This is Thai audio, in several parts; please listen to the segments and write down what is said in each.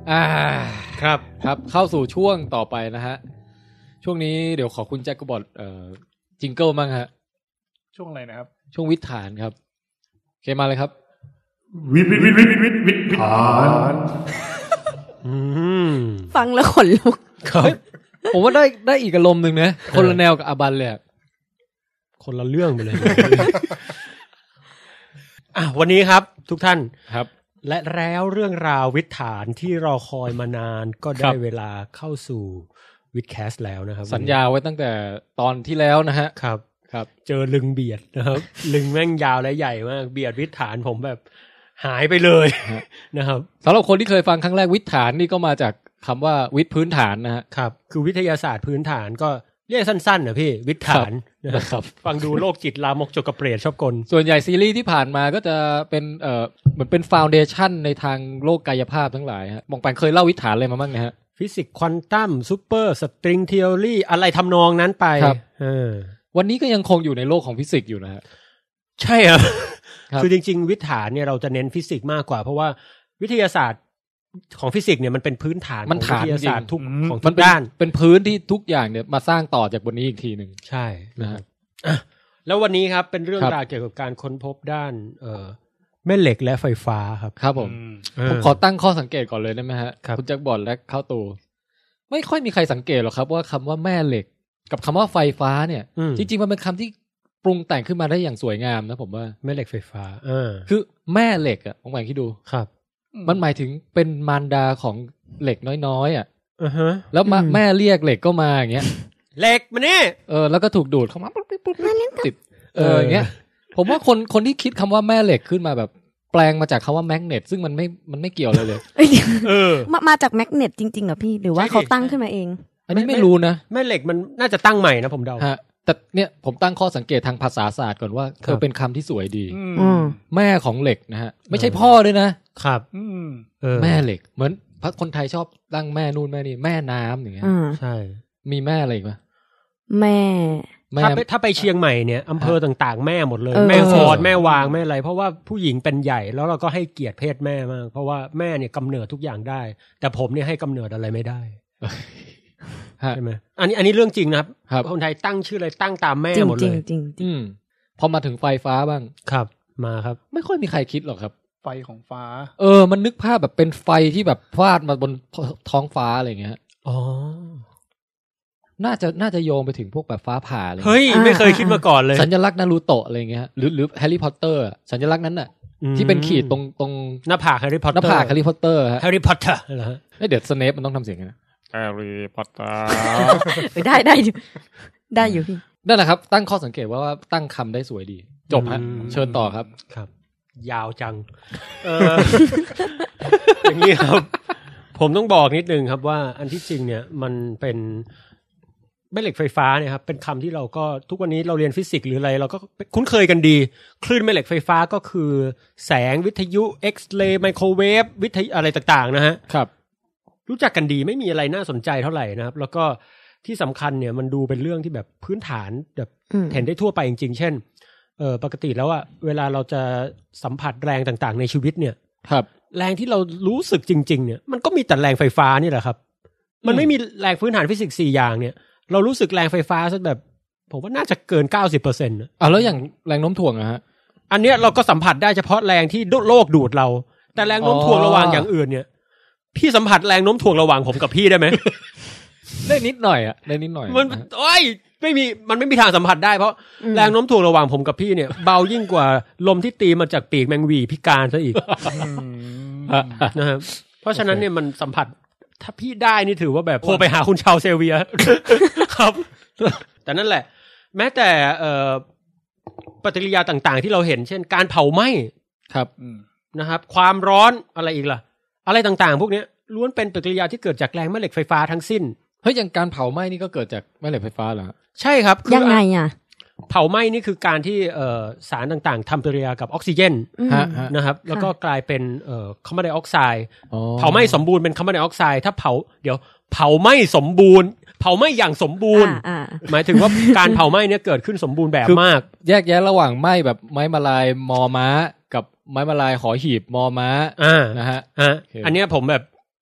ครับครับเข้าสู่ช่วงต่อไปนะฮะช่วงนี้เดี๋ยวขอคุณแจ็คกบอดจิงเกิลมั่งฮะช่วงอะไรนะครับช่วงวิถฐานครับโอเคมาเลยครับวิถฐานฟังแล้วขนลุกผมว่าได้อีกอารมณ์นึงนะคนละแนวกับอาบันเลยคนละเรื่องไปเลยวันนี้ครับทุกท่านครับและแล้วเรื่องราววิถฐานที่รอคอยมานานก็ได้เวลาเข้าสู่วิดแคสต์แล้วนะครับสัญญาไว้ตั้งแต่ตอนที่แล้วนะฮะครับครับเจอลึงเบียดนะครับลึงแม่งยาวและใหญ่มากเบียดวิถฐานผมแบบหายไปเลยนะครับสำหรับคนที่เคยฟังครั้งแรกวิถฐานนี่ก็มาจากคำว่าวิทย์พื้นฐานนะฮะครับคือวิทยาศาสตร์พื้นฐานก็เรียกสั้นๆนะพี่วิถฐานนะครับฟังดูโรคจิตลามกจกกระเปรตชอบกลส่วนใหญ่ซีรีส์ที่ผ่านมาก็จะเป็นเหมือนเป็นฟาวเดชั่นในทางโลกกายภาพทั้งหลายฮะมองไปเคยเล่าวิถฐานอะไรมาบ้างนะฮะฟิสิกส์ควอนตัมซูเปอร์สตริงทีโอรีอะไรทำนองนั้นไปวันนี้ก็ยังคงอยู่ในโลกของฟิสิกส์อยู่นะฮะใช่ครับคือจริงๆวิถฐานเนี่ยเราจะเน้นฟิสิกส์มากกว่าเพราะว่าวิทยาศาสตร์ของฟิสิกส์เนี่ยมันเป็นพื้นฐานของวิทยาศาสตร์ทุกของทุกด้านเป็นพื้นที่ทุกอย่างเนี่ยมาสร้างต่อจากบนนี้อีกทีนึงใช่นะฮะแล้ววันนี้ครับเป็นเรื่องราวเกี่ยวกับการค้นพบด้านแม่เหล็กและไฟฟ้าครับครับผมขอตั้งข้อสังเกตก่อนเลยได้ไหมฮะคุณแจ็คบอลและเข้าตูไม่ค่อยมีใครสังเกตหรอกครับว่าคำว่าแม่เหล็กกับคำว่าไฟฟ้าเนี่ยจริงๆมันเป็นคำที่ปรุงแต่งขึ้นมาได้อย่างสวยงามนะผมว่าแม่เหล็กไฟฟ้าคือแม่เหล็กอ่ะผมหมายคิดดูครับมันหมายถึงเป็นมารดาของเหล็กน้อยๆอ่ะแล้วแม่เรียกเหล็กก็มาอย่างเงี้ยเหล็กมานี่แล้วก็ถูกดูดเข้ามาปุ๊บติดอย่างเงี้ยผมว่าคนที่คิดคำว่าแม่เหล็กขึ้นมาแบบแปลงมาจากคำว่าแมกเนตซึ่งมันไม่เกี่ยวเลยมาจากแมกเนตจริงๆเหรอพี่หรือว่าเขาตั้งขึ้นมาเองอันนี้ไม่รู้นะแม่เหล็กมันน่าจะตั้งใหม่นะผมเดาแต่เนี่ยผมตั้งข้อสังเกตทางภาษาศาสตร์ก่อนว่าเป็นคำที่สวยดีแม่ของเหล็กนะฮะไม่ใช่พ่อด้วยนะครับแม่เหล็กเหมือนคนไทยชอบตั้งแม่นู่นแม่นี่แม่น้ำอย่างเงี้ยใช่มีแม่อะไรอีกไหมแม่ถ้าไปเชียงใหม่เนี่ยอำเภอต่างๆแม่หมดเลยแม่ฟอดแม่วางแม่อะไรเพราะว่าผู้หญิงเป็นใหญ่แล้วเราก็ให้เกียรติเพศแม่มากเพราะว่าแม่เนี่ยกำเนิดทุกอย่างได้แต่ผมเนี่ยให้กำเนิดอะไรไม่ได้ใช่ไหมอันนี้เรื่องจริงนะครับคนไทยตั้งชื่ออะไรตั้งตามแม่หมดเลยจริงพอมาถึงไฟฟ้าบ้างครับมาครับไม่ค่อยมีใครคิดหรอกครับไฟของฟ้ามันนึกภาพแบบเป็นไฟที่แบบฟาดมาบนท้องฟ้าอะไรอย่างเงี้ยน่าจะโยงไปถึงพวกแบบฟ้าผ่าอะไรเฮ้ยไม่เคยคิดมาก่อนเลยสัญลักษณ์นารูโตะอะไรอย่างเงี้ยหรือแฮร์รี่พอตเตอร์สัญลักษณ์นั้นน่ะที่เป็นขีดตรงหน้าผากแฮร์รี่พอตเตอร์หน้าผากแฮร์รี่พอตเตอร์ฮะแฮร์รี่พอตเตอร์เหรอฮะเดี๋ยวสเนปมันต้องทำเสียงนะแฮร์รี่พอตเตอร์ได้อยู่พี่นั่นแหละครับตั้งข้อสังเกตว่าตั้งคำได้สวยดีจบฮะเชิญต่อครับครับยาวจังอย่างนี้ครับผมต้องบอกนิดนึงครับว่าอันที่จริงเนี่ยมันเป็นแม่เหล็กไฟฟ้าเนี่ยครับเป็นคำที่เราก็ทุกวันนี้เราเรียนฟิสิกส์หรืออะไรเราก็คุ้นเคยกันดีคลื่นแม่เหล็กไฟฟ้าก็คือแสงวิทยุเอ็กซเรย์ไมโครเวฟวิทยุอะไรต่างๆนะฮะครับรู้จักกันดีไม่มีอะไรน่าสนใจเท่าไหร่นะครับแล้วก็ที่สำคัญเนี่ยมันดูเป็นเรื่องที่แบบพื้นฐานแบบเห็นได้ทั่วไปจริงๆเช่นปกติแล้วอะเวลาเราจะสัมผัสแรงต่างๆในชีวิตเนี่ยครับแรงที่เรารู้สึกจริงๆเนี่ยมันก็มีแต่แรงไฟฟ้านี่แหละครับมันไม่มีแรงพื้นฐานฟิสิกส์4อย่างเนี่ยเรารู้สึกแรงไฟฟ้าซะแบบผมว่าน่าจะเกิน 90% นะแล้วอย่างแรงโน้มถ่วงอะฮะอันเนี้ยเราก็สัมผัสได้เฉพาะแรงที่โลกดูดเราแต่แรงโน้มถ่วงระหว่างอย่างอื่นเนี่ยพี่สัมผัสแรงโน้มถ่วงระหว่างผมกับพี่ได้ไหมได้นิดหน่อยอะได้นิดหน่อยมันโอ้ยมันไม่มีทางสัมผัสได้เพราะแรงโน้มถ่วงระหว่างผมกับพี่เนี่ยเบายิ่งกว่าลมที่ตีมาจากปีกแมงวีพิการซะอีกนะครับเพราะฉะนั้นเนี่ยมันสัมผัสถ้าพี่ได้นี่ถือว่าแบบโทรไปหาคุณชาวเซเวียครับแต่นั่นแหละแม้แต่ปฏิกิริยาต่างๆที่เราเห็นเช่นการเผาไหม้ครับนะครับความร้อนอะไรอีกล่ะอะไรต่างๆพวกนี้ล้วนเป็นปฏิกิริยาที่เกิดจากแรงแม่เหล็กไฟฟ้าทั้งสิ้นเฮ้ยอย่างการเผาไหม้นี่ก็เกิดจากแม่เหล็กไฟฟ้าเหรอใช่ครับยังไงอ่ะเผาไหม้นี่คือการที่สารต่างๆทำปฏิกิริยากับออกซิเจนนะครับแล้วก็กลายเป็นคาร์บอนไดออกไซด์เผาไหม้สมบูรณ์เป็นคาร์บอนไดออกไซด์ถ้าเผาไหม้สมบูรณ์เผาไหม้อย่างสมบูรณ์หมายถึงว่าการเผาไหม้เนี่ยเกิดขึ้นสมบูรณ์แบบมากแยกแยะระหว่างไหม้แบบไม้มะลายมอม้ากับไม้มะลายหอหีบมอม้านะฮะอันนี้ผมแบบ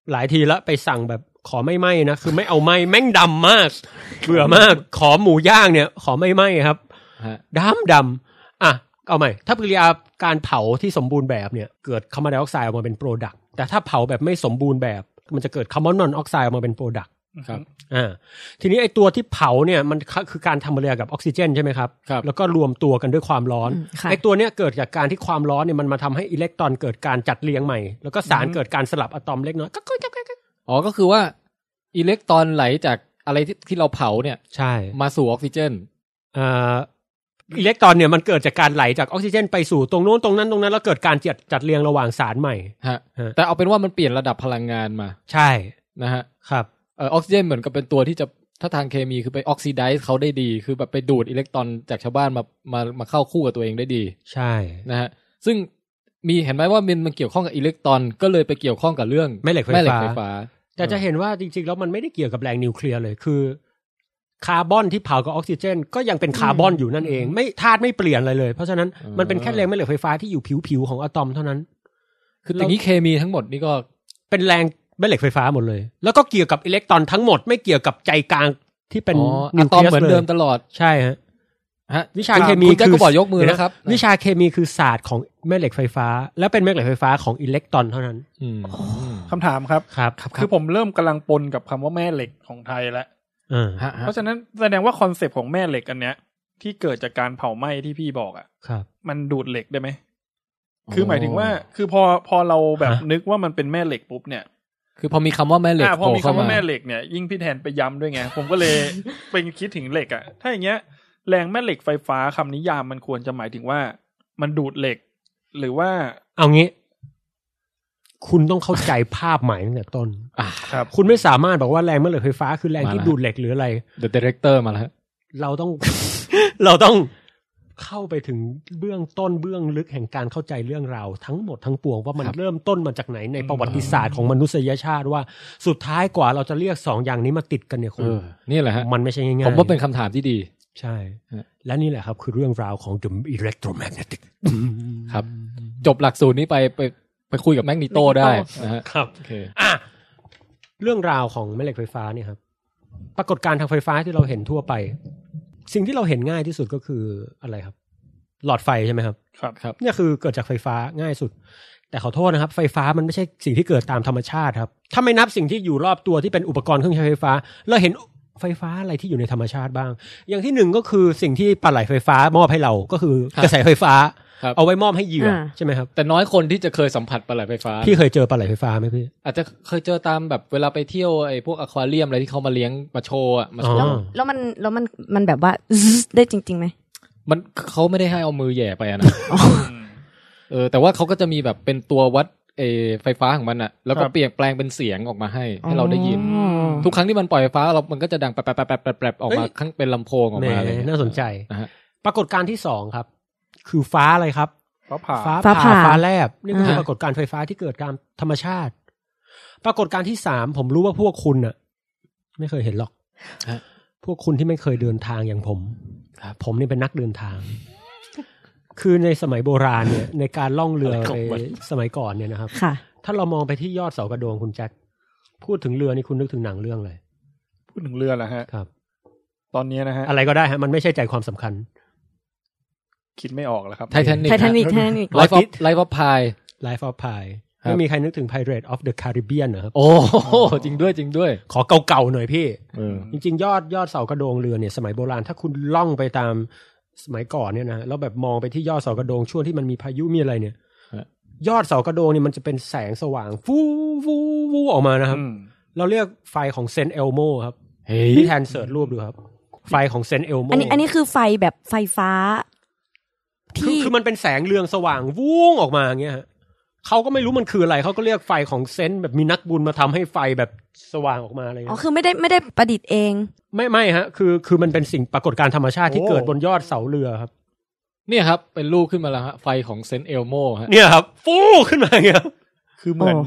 หลายทีแล้วไปสั่งแบบขอไม่ไหม้นะคือไม่เอาไหม้แม่งดำมากเบื่อมากขอหมูย่างเนี่ยขอไม่ไหม้ครับดำอ่ะเอาใหม่ถ้าปฏิกิริยาการเผาที่สมบูรณ์แบบเนี่ยเกิดคาร์บอนไดออกไซด์ออกมาเป็นโปรดักต์แต่ถ้าเผาแบบไม่สมบูรณ์แบบมันจะเกิดคาร์บอนมอนอกไซด์ออกมาเป็นโปรดักต์ครับทีนี้ไอตัวที่เผาเนี่ยมันคือการทำปฏิกิริยากับออกซิเจนใช่ไหมครับแล้วก็รวมตัวกันด้วยความร้อนไอตัวเนี้ยเกิดจากการที่ความร้อนเนี่ยมันมาทำให้อิเล็กตรอนเกิดการจัดเรียงใหม่แล้วก็สารเกิดการสลับอะตอมเล็กน้อยอ๋อก็คือว่าอิเล็กตรอนไหลจากอะไรที่เราเผาเนี่ยใช่มาสู่ออกซิเจนอิเล็กตรอนเนี่ยมันเกิดจากการไหลจากออกซิเจนไปสู่ตรงโน้นตรงนั้นแล้วเกิดการจัดเรียงระหว่างสารใหม่ฮะแต่เอาเป็นว่ามันเปลี่ยนระดับพลังงานมาใช่นะฮะครับออกซิเจนเหมือนกับเป็นตัวที่จะถ้าทางเคมีคือไปออกซิไดซ์เขาได้ดีคือแบบไปดูดอิเล็กตรอนจากชาวบ้านมาเข้าคู่กับตัวเองได้ดีใช่นะฮะซึ่งมีเห็นไหมว่ามันเกี่ยวข้องกับอิเล็กตรอนก็เลยไปเกี่ยวข้องกับเรื่องแม่เหล็กไฟฟ้าแต่จะเห็นว่าจริงๆแล้วมันไม่ได้เกี่ยวกับแรงนิวเคลียร์เลยคือคาร์บอนที่เผากับออกซิเจนก็ยังเป็นคาร์บอนอยู่นั่นเองไม่ธาตุไม่เปลี่ยนอะไรเลยเพราะฉะนั้นมันเป็นแค่แรงแม่เหล็กไฟฟ้าที่อยู่ผิวของอะตอมเท่านั้นคืออย่างนี้เคมีทั้งหมดนี่ก็เป็นแรงแม่เหล็กไฟฟ้าหมดเลยแล้วก็เกี่ยวกับอิเล็กตรอนทั้งหมดไม่เกี่ยวกับใจกลางที่เป็นอะตอมเหมือนเดิมตลอดใช่ฮะวิชาเคมีคือบอกยกมือนะครับวิชาเคมีคือศาสตร์ของแม่เหล็กไฟฟ้าและเป็นแม่เหล็กไฟฟ้าของอิเล็กตรอนเท่านั้นคำถามครับคือผมเริ่มกำลังปนกับคำว่าแม่เหล็กของไทยแล้วเพราะฉะนั้นแสดงว่าคอนเซปต์ของแม่เหล็กอันเนี้ยที่เกิดจากการเผาไหม้ที่พี่บอกอ่ะมันดูดเหล็กได้ไหมคือหมายถึงว่าคือพอเราแบบนึกว่ามันเป็นแม่เหล็กปุ๊บเนี่ยคือพอมีคำว่าแม่เหล็กพอมีคำว่าแม่เหล็กเนี่ยยิ่งพี่แทนไปย้ำด้วยไงผมก็เลยไปคิดถึงเหล็กอ่ะถ้าอย่างเงี้ยแรงแม่เหล็กไฟฟ้าคำนิยามมันควรจะหมายถึงว่ามันดูดเหล็กหรือว่าเอางี้คุณต้องเข้าใจภาพใหม่ตั้งแต่ต้นครับคุณไม่สามารถบอกว่าแรงแม่เหล็กไฟฟ้าคือแรงที่ดูดเหล็กหรืออะไร The Director มาแล้วเราต้องเข้าไปถึงเบื้องต้นเบื้องลึกแห่งการเข้าใจเรื่องราวทั้งหมดทั้งปวงว่ามันเริ่มต้นมาจากไหนในประวัติศาสตร์ของมนุษยชาติว่าสุดท้ายกว่าเราจะเรียก2อย่างนี้มาติดกันเนี่ยคุณนี่แหละฮะมันไม่ใช่ง่ายๆผมว่าเป็นคำถามที่ดีใช่และนี่แหละครับคือเรื่องราวของ The Electromagnetic ครับจบหลักสูตรนี้ไปคุยกับแมกนีโตได้นะฮะครับโอเคเรื่องราวของแม่เหล็กไฟฟ้าเนี่ยครับปรากฏการณ์ทางไฟฟ้าที่เราเห็นทั่วไปสิ่งที่เราเห็นง่ายที่สุดก็คืออะไรครับหลอดไฟใช่ไหมครับครับเนี่ยคือเกิดจากไฟฟ้าง่ายสุดแต่ขอโทษนะครับไฟฟ้ามันไม่ใช่สิ่งที่เกิดตามธรรมชาติครับถ้าไม่นับสิ่งที่อยู่รอบตัวที่เป็นอุปกรณ์เครื่องใช้ไฟฟ้าเราเห็นไฟฟ้าอะไรที่อยู่ในธรรมชาติบ้างอย่างที่หนึ่งก็คือสิ่งที่ปลาไหลไฟฟ้ามอบให้เราก็คือกระแสไฟฟ้าเอาไว้มอบให้เหยื่อใช่ไหมครับแต่น้อยคนที่จะเคยสัมผัสปลาไหลไฟฟ้าพี่เคยเจอปลาไหลไฟฟ้าไหมพี่อาจจะเคยเจอตามแบบเวลาไปเที่ยวไอ้พวกอควาเรียมอะไรที่เขามาเลี้ยงมาโชว์อ่ะมาโชว์แล้วมันแบบว่าได้จริงๆไหมมันเขาไม่ได้ให้เอามือแย่ไปนะแต่ว่าเขาก็จะมีแบบเป็นตัววัดไฟฟ้าของมันอ่ะแล้วก็เปลี่ยนแปลงเป็นเสียงออกมาให้เราได้ยินทุกครั้งที่มันปล่อยไฟฟ้ามันก็จะดังแปบๆๆๆออกมาข้างเป็นลำโพงออกมาอะไรน่าสนใจปรากฏการณ์ที่2ครับคือฟ้าอะไรครับฟ้าแลบนี่คือปรากฏการณ์ไฟฟ้าที่เกิดตามธรรมชาติปรากฏการณ์ที่3ผมรู้ว่าพวกคุณน่ะไม่เคยเห็นหรอกพวกคุณที่ไม่เคยเดินทางอย่างผมนี่เป็นนักเดินทางคือในสมัยโบราณเนี่ยในการล่องเรือไปสมัยก่อนเนี่ยนะครับถ้าเรามองไปที่ยอดเสากระโดงคุณแจ็คพูดถึงเรือนี่คุณนึกถึงหนังเรื่องอะไรพูดถึงเรือเหรอฮะครับตอนนี้นะฮะอะไรก็ได้ฮะมันไม่ใช่ใจความสำคัญคิดไม่ออกแล้วครับไททานิคไลฟ์ออฟพายไม่มีใครนึกถึง Pirate of the Caribbean นะครับโอ้จริงด้วยขอเก่าๆหน่อยพี่จริงๆยอดเสากระโดงเรือเนี่ยสมัยโบราณถ้าคุณล่องไปตามสมัยก่อนเนี่ยนะแล้วแบบมองไปที่ยอดเสากระโดงช่วงที่มันมีพายุมีอะไรเนี่ยยอดเสากระโดงเนี่ยมันจะเป็นแสงสว่างฟูออกมานะครับเราเรียกไฟของเซนต์เอลโมครับพี่แทนเสิร์ชรูปดูครับไฟของเซนต์เอลโมอันนี้คือไฟแบบไฟฟ้าคือมันเป็นแสงเรืองสว่างวุ้งออกมาอย่างเงี้ยฮะเขาก็ไม่รู้มันคืออะไรเขาก็เรียกไฟของเซนต์แบบมีนักบุญมาทำให้ไฟแบบสว่างออกมาอะไรอ๋อคือไม่ได้ประดิษฐ์เองไม่ฮะคือมันเป็นสิ่งปรากฏการณ์ธรรมชาติที่เกิดบนยอดเสาเรือครับเนี่ยครับเป็นรูปขึ้นมาแล้วฮะไฟของเซนต์เอลโมฮะเนี่ยครับฟูขึ้นมาอย่างเงี้ยคือเหมือน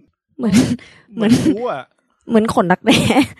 รู้อะเหมือนขนรักแร้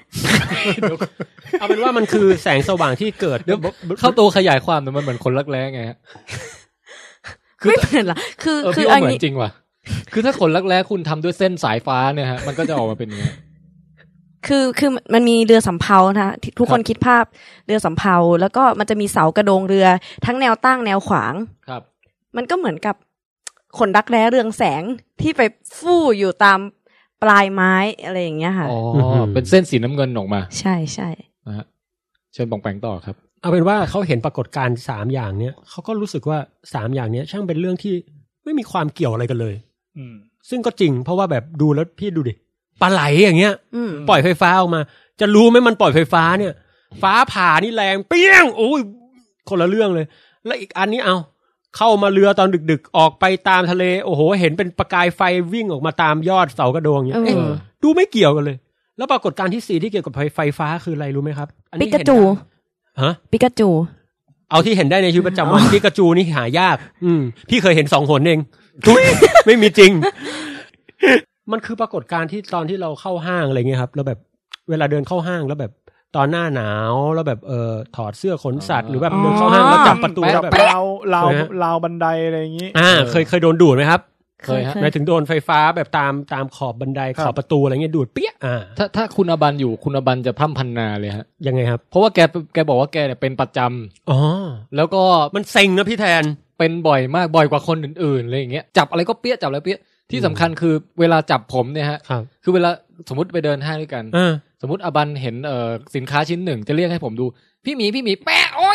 เอาเป็นว่ามันคือแสงสว่างที่เกิดเข้าตัวขยายความมันเหมือนคนรักแร้ไงฮะไม่เป็นหรอคืออันนี้จริงว่ะคือถ้าขนรักแร้คุณทำด้วยเส้นสายฟ้าเนี่ยฮะมันก็จะออกมาเป็นอย่างนี้คือมันมีเรือสำเภานะทุกคนคิดภาพเรือสำเภาแล้วก็มันจะมีเสากระโดงเรือทั้งแนวตั้งแนวขวางครับมันก็เหมือนกับขนรักแร้เรืองแสงที่ไปฟู่อยู่ตามปลายไม้อะไรอย่างเงี้ยค่ะอ๋อเป็นเส้นสีน้ำเงินออกมาใช่ใช่นะฮะเชิญปองแปงต่อครับเอาเป็นว่าเขาเห็นปรากฏการณ์3อย่างเนี้ยเขาก็รู้สึกว่า3อย่างเนี้ยช่างเป็นเรื่องที่ไม่มีความเกี่ยวอะไรกันเลยซึ่งก็จริงเพราะว่าแบบดูแล้วพี่ดูดิปลาไหลอย่างเงี้ยปล่อยไฟฟ้าออกมาจะรู้ไหมมันปล่อยไฟฟ้าเนี่ยฟ้าผ่านี่แรงเปี้ยงโอ้ยคนละเรื่องเลยแล้วอีกอันนี้เอาเข้ามาเรือตอนดึกๆออกไปตามทะเลโอ้โหเห็นเป็นประกายไฟวิ่งออกมาตามยอดเสากระโดงอย่างเงี้ยดูไม่เกี่ยวกันเลยแล้วปรากฏการณ์ที่4ที่เกี่ยวกับไฟฟ้าคืออะไรรู้ไหมครับอันนี้ปิกาจูฮะปิกาจูเอาที่เห็นได้ในชีวิตประจำวันปิกาจูนี่หายากพี่เคยเห็น2 หนเองไม่มีจริงมันคือปรากฏการณ์ที่ตอนที่เราเข้าห้างอะไรเงี้ยครับแล้วแบบเวลาเดินเข้าห้างแล้วแบบตอนหน้าหนาวแล้วแบบถอดเสื้อขนสัตว์หรือแบบเดินเข้าห้างแล้วจับประตูแล้วแบบราวบันไดอะไรอย่างงี้เคยโดนดูดไหมครับเคยฮะหมายถึงโดนไฟฟ้าแบบตามขอบบันไดขอบประตูอะไรเงี้ยดูดเปี้ยถ้าคุณอบันอยู่คุณอบันจะพร่ำพรรณนาเลยฮะยังไงครับเพราะว่าแกบอกว่าแกเนี่ยเป็นประจำอ๋อแล้วก็มันเซ็งนะพี่แทนเป็นบ่อยมากบ่อยกว่าคนอื่นๆอะไรอย่างเงี้ยจับอะไรก็เปี้ยจับอะไรเปี้ยที่สำคัญคือเวลาจับผมเนี่ยฮะคือเวลาสมมติไปเดินห้างด้วยกันสมมติอบันเห็นสินค้าชิ้นหนึ่งจะเรียกให้ผมดูพี่หมีแปะโอ้ย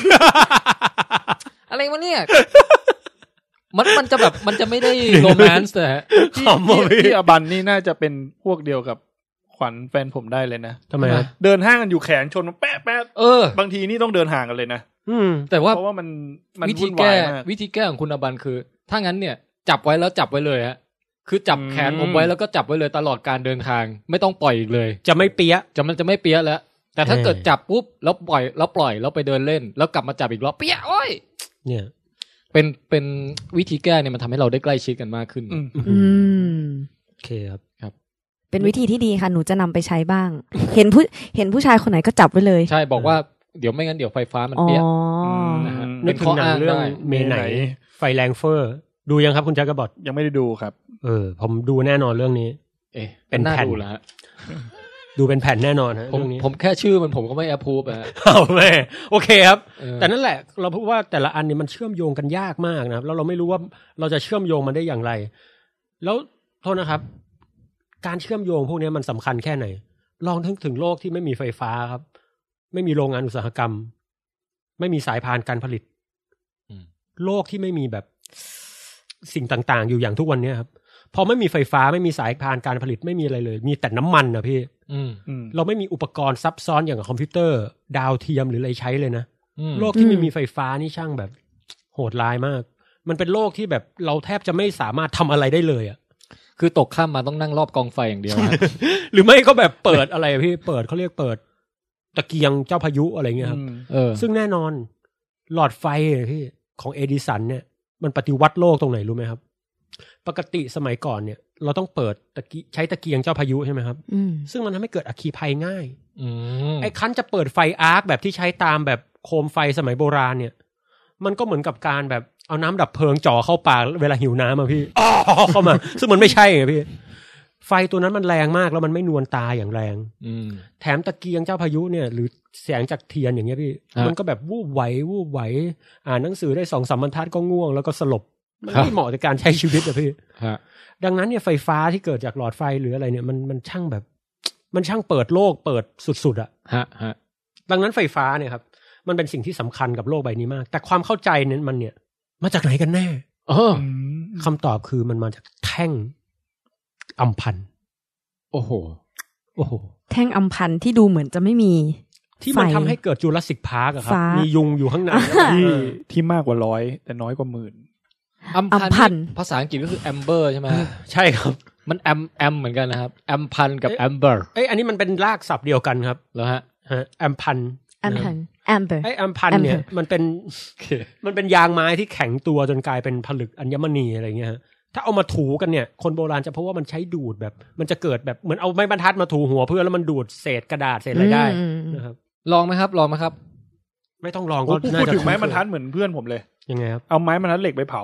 อะไรวะเนี่ยมันจะแบบมันจะไม่ได้โรแมนต์ฮะที่อบันนี่น่าจะเป็นพวกเดียวกับขวัญแฟนผมได้เลยนะทำไมเดินห้างกันอยู่แขนชนแปะบางทีนี่ต้องเดินห่างกันเลยนะแต่ว่าเพราะว่ามันวิธีแก้ของคุณอบันคือถ้างั้นเนี่ยจับไว้แล้วจับไว้เลยฮะคือจับแขนผมไว้แล้วก็จับไว้เลยตลอดการเดินทางไม่ต้องปล่อยอีกเลยจะไม่เปี้ยมันจะไม่เปี้ยแล้วแต่ถ้าเกิดจับปุ๊บแล้วปล่อยแล้วไปเดินเล่นแล้วกลับมาจับอีกรอบเปี้ยโอ้ยเนี่ยเป็นวิธีแก้เนี่ยมันทำให้เราได้ใกล้ชิดกันมากขึ้นโอเคครับเป็นวิธีที่ดีค่ะหนูจะนำไปใช้บ้าง เห็นผู้ชายคนไหนก็จับไว้เลยใช่บอกว่าเดี๋ยวไม่งั้นเดี๋ยวไฟฟ้ามันเปี้ยนะฮะเป็นข้ออ้างเรื่องเมไหนไฟแรงเฟอร์ดูยังครับคุณจักรบอทยังไม่ได้ดูครับผมดูแน่นอนเรื่องนี้เป็นแผ่นแล้วดูเป็นแผ่นแน่นอนฮะเรื่องนี้ผมแค่ชื่อผมก็ไม่แอปพูฟอ่ะแม่โอเคครับแต่นั่นแหละเราพูดว่าแต่ละอันนี้มันเชื่อมโยงกันยากมากนะครับแล้วเราไม่รู้ว่าเราจะเชื่อมโยงมันได้อย่างไรแล้วโทษนะครับการเชื่อมโยงพวกนี้มันสำคัญแค่ไหนลองถึงโลกที่ไม่มีไฟฟ้าครับไม่มีโรงงานอุตสาหกรรมไม่มีสายพานการผลิตโลกที่ไม่มีแบบสิ่งต่างๆอยู่อย่างทุกวันนี้ครับพอไม่มีไฟฟ้าไม่มีสายพานการผลิตไม่มีอะไรเลยมีแต่น้ำมันนะพี่เราไม่มีอุปกรณ์ซับซ้อนอย่างคอมพิวเตอร์ดาวเทียมหรืออะไรใช้เลยนะโลกที่ไม่มีไฟฟ้านี่ช่างแบบโหดร้ายมากมันเป็นโลกที่แบบเราแทบจะไม่สามารถทำอะไรได้เลยอ่ะคือตกค่ำมาต้องนั่งรอบกองไฟอย่างเดียวหรือไม่ก็แบบเปิดอะไรพี่เปิดเขาเรียกเปิดตะเกียงเจ้าพายุอะไรเงี้ยครับซึ่งแน่นอนหลอดไฟพี่ของเอดิสันเนี่ยมันปฏิวัติโลกตรงไหนรู้ไหมครับปกติสมัยก่อนเนี่ยเราต้องเปิดใช้ตะเกียงเจ้าพายุใช่ไหมครับซึ่งมันทำให้เกิดอัคคีภัยง่ายไอ้คันจะเปิดไฟอาร์คแบบที่ใช้ตามแบบโคมไฟสมัยโบราณเนี่ยมันก็เหมือนกับการแบบเอาน้ำดับเพลิงจ่อเข้าปากเวลาหิวน้ำอ่ะพี่เข้ามาซึ่งมันไม่ใช่ไงพี่ไฟตัวนั้นมันแรงมากแล้วมันไม่นวลตาอย่างแรงแถมตะเกียงเจ้าพายุเนี่ยหรือแสงจากเทียนอย่างเงี้ยพี่มันก็แบบวูบไหวอ่านหนังสือได้ 2-3 บรรทัดก็ง่วงแล้วก็สลบมันไม่เหมาะกับการใช้ชีวิตอะพี่ดังนั้นเนี่ยไฟฟ้าที่เกิดจากหลอดไฟหรืออะไรเนี่ยมันช่างแบบมันช่างเปิดโลกเปิดสุดๆอะดังนั้นไฟฟ้าเนี่ยครับมันเป็นสิ่งที่สำคัญกับโลกใบนี้มากแต่ความเข้าใจนั้นมันเนี่ยมาจากไหนกันแน่คำตอบคือมันมาจากแท่งอัมพันธ์โอ้โหแท่งอัมพันธ์ที่ดูเหมือนจะไม่มีที่มันทำให้เกิดจูราสสิคพาร์คอะครับมียุงอยู่ข้างในที่มากกว่า100แต่น้อยกว่า10,000 อัมพันธ์ภาษาอังกฤษก็คือแอมเบอร์ใช่ไหมใช่ครับมันแอมเหมือนกันนะครับแอมพันธ์กับแอมเบอร์อันนี้มันเป็นรากศัพท์เดียวกันครับแล้วฮะแอมพันธ์แอมเบอร์แอมพันธ์เนี่ยมันเป็นยางไม้ที่แข็งตัวจนกลายเป็นผลึกอัญมณีอะไรเงี้ยถ้าเอามาถูกันเนี่ยคนโบราณจะเพราะว่ามันใช้ดูดแบบมันจะเกิดแบบเหมือนเอาไม้บรรทัดมาถูหัวเพื่อแล้วมันดูดเศษกระดาษเศษอะไรได้นะครับลองไหมครับไม่ต้องลองก็น่าจะพูดถึงไม้บรรทัดเหมือนเพื่อนผมเลยยังไงครับเอาไม้บรรทัดเหล็กไปเผาอ่ะ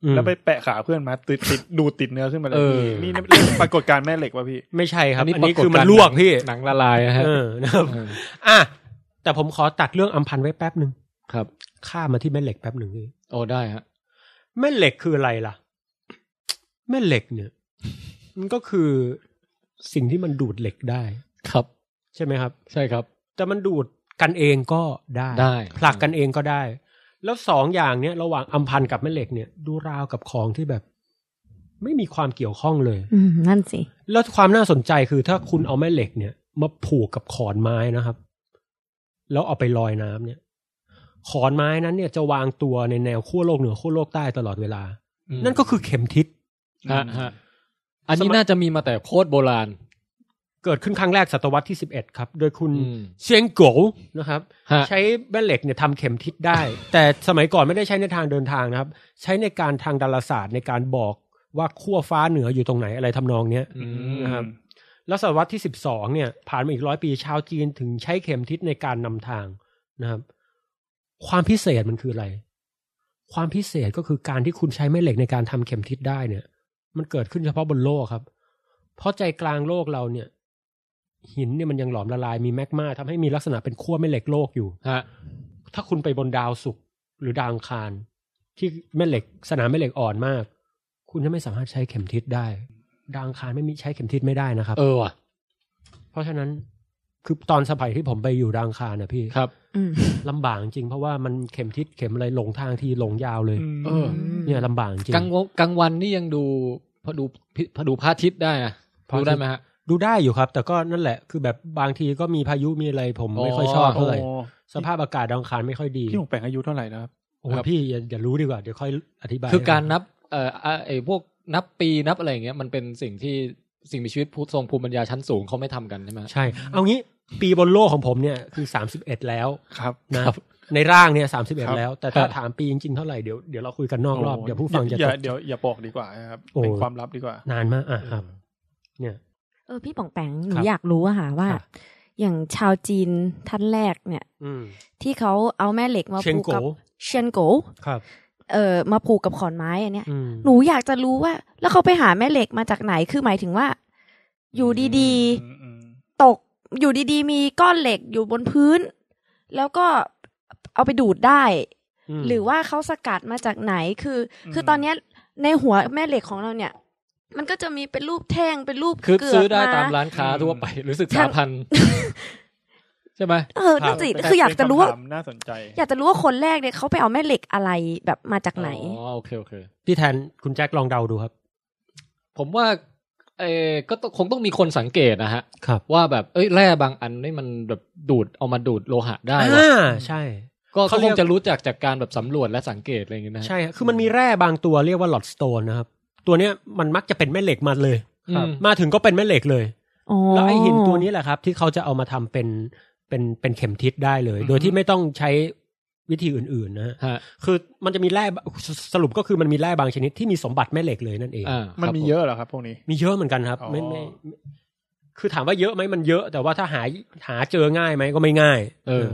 แล้วไปแปะขาเพื่อนมาติดดูดติดเนื้อขึ้นมาเลยนี่ปรากฏการณ์แม่เหล็กป่ะพี่ไม่ใช่ครับอันนี้คือมันลวกพี่หนังละลายฮะนะครับแต่ผมขอตัดเรื่องอำพันธ์ไว้แป๊บนึงครับข้ามมาที่แม่เหล็กแป๊บนึงพี่โอ้ได้ฮะแม่เหล็กคืออะไรล่ะแม่เหล็กเนี่ยมันก็คือสิ่งที่มันดูดเหล็กได้ครับใช่ไหมครับใช่ครับแต่มันดูดกันเองก็ได้ผลักกันเองก็ได้แล้วสองอย่างเนี้ยระหว่างอำพันธ์กับแม่เหล็กเนี่ยดูราวกับของที่แบบไม่มีความเกี่ยวข้องเลยนั่นสิแล้วความน่าสนใจคือถ้าคุณเอาแม่เหล็กเนี่ยมาผูกกับขอนไม้นะครับแล้วเอาไปลอยน้ำเนี่ยขอนไม้นั้นเนี่ยจะวางตัวในแนวขั้วโลกเหนือขั้วโลกใต้ตลอดเวลานั่นก็คือเข็มทิศอันนี้น่าจะมีมาแต่โคตรโบราณเกิดขึ้นครั้งแรกศตวรรษที่11ครับโดยคุณเซียงโกวนะครับใช้แม่เหล็กเนี่ยทำเข็มทิศได้แต่สมัยก่อนไม่ได้ใช้ในทางเดินทางนะครับใช้ในการทางดาราศาสตร์ในการบอกว่าขั้วฟ้าเหนืออยู่ตรงไหนอะไรทำนองเนี้ยนะครับแล้วศตวรรษที่12เนี่ยผ่านมาอีก100 ปีชาวจีนถึงใช้เข็มทิศในการนำทางนะครับความพิเศษมันคืออะไรความพิเศษก็คือการที่คุณใช้แม่เหล็กในการทำเข็มทิศได้เนี่ยมันเกิดขึ้นเฉพาะบนโลกครับเพราะใจกลางโลกเราเนี่ยหินเนี่ยมันยังหลอมละลายมีแมกมาทำให้มีลักษณะเป็นขั้วแม่เหล็กโลกอยู่ถ้าคุณไปบนดาวศุกร์หรือดาวอังคารที่แม่เหล็กสนามแม่เหล็กอ่อนมากคุณจะไม่สามารถใช้เข็มทิศได้ดาวอังคารไม่มีใช้เข็มทิศไม่ได้นะครับว่ะเพราะฉะนั้นคือตอนสมัยที่ผมไปอยู่ดาวอังคารนะพี่ครับลำบากจริงเพราะว่ามันเข็มทิศเข็มอะไรหลงทางที่หลงยาวเลยเนี่ยลำบากจริงกลางวันนี่ยังดูพอดูพระอาทิตย์ได้อะดูได้ไหมฮะดูได้อยู่ครับแต่ก็นั่นแหละคือแบบบางทีก็มีพายุมีอะไรผมไม่ค่อยชอบเท่าไหร่สภาพอากาศดาวอังคารไม่ค่อยดีพี่หงแปลงอายุเท่าไหร่นะครับโอ้พี่อย่ารู้ดีกว่าเดี๋ยวค่อยอธิบายคือการนับไอ้พวกนับปีนับอะไรอย่างเงี้ยมันเป็นสิ่งมีชีวิตทรงภูมิปัญญาชั้นสูงเขาไม่ทำกันใช่ไหมใช่เอางี้ปีบนโลกของผมเนี่ยคือ31แล้วครับนะในร่างเนี่ย31แล้วแต่ถ้าถามปีจริงๆเท่าไหร่เดี๋ยวเราคุยกันนอกรอบเดี๋ยวผู้ฟังจะเดี๋ยวอย่าบอกดีกว่าครับเป็นความลับดีกว่านานมากครับเนี่ยพี่ป๋องแปงหนูอยากรู้อะค่ะว่าอย่างชาวจีนท่านแรกเนี่ยที่เขาเอาแม่เหล็กมาผูกกับเชียนโกครับมาผูกกับขอนไม้อันเนี้ยหนูอยากจะรู้ว่าแล้วเขาไปหาแม่เหล็กมาจากไหนคือหมายถึงว่าอยู่ดีๆตกอยู่ดีๆมีก้อนเหล็กอยู่บนพื้นแล้วก็เอาไปดูดได้หรือว่าเขาสกัดมาจากไหนคือตอนเนี้ยในหัวแม่เหล็กของเราเนี่ยมันก็จะมีเป็นรูปแท่งเป็นรูปคือซื้อได้ตามร้านค้าทั่วไปรู้สึก3,000ใช่ไหมนั่นสิคืออยากจะรู้ว่าน่าสนใจอยากจะรู้ว่าคนแรกเนี่ยเขาไปเอาแม่เหล็กอะไรแบบมาจากไหนโอเคพี่แทนคุณแจ็คลองเดาดูครับผมว่าก็คงต้องมีคนสังเกตนะฮะว่าแบบแร่บางอันนี่มันแบบเอามาดูดโลหะได้ใช่ก็เขาคงจะรู้จากการแบบสำรวจและสังเกตอะไรอย่างเงี้ยนะใช่คือมันมีแร่บางตัวเรียกว่าหลอดสโตนนะครับตัวเนี้ยมันมักจะเป็นแม่เหล็กมาเลยมาถึงก็เป็นแม่เหล็กเลยแล้วไอ้หินตัวนี้แหละครับที่เขาจะเอามาทำเป็นเข็มทิศได้เลยโดยที่ไม่ต้องใช้วิธีอื่นๆนะคือมันจะมีแร่สรุปก็คือมันมีแร่บางชนิดที่มีสมบัติแม่เหล็กเลยนั่นเองมันมีเยอะเหรอครับพวกนี้มีเยอะเหมือนกันครับไม่คือถามว่าเยอะไหมมันเยอะแต่ว่าถ้าหาเจอง่ายไหมก็ไม่ง่าย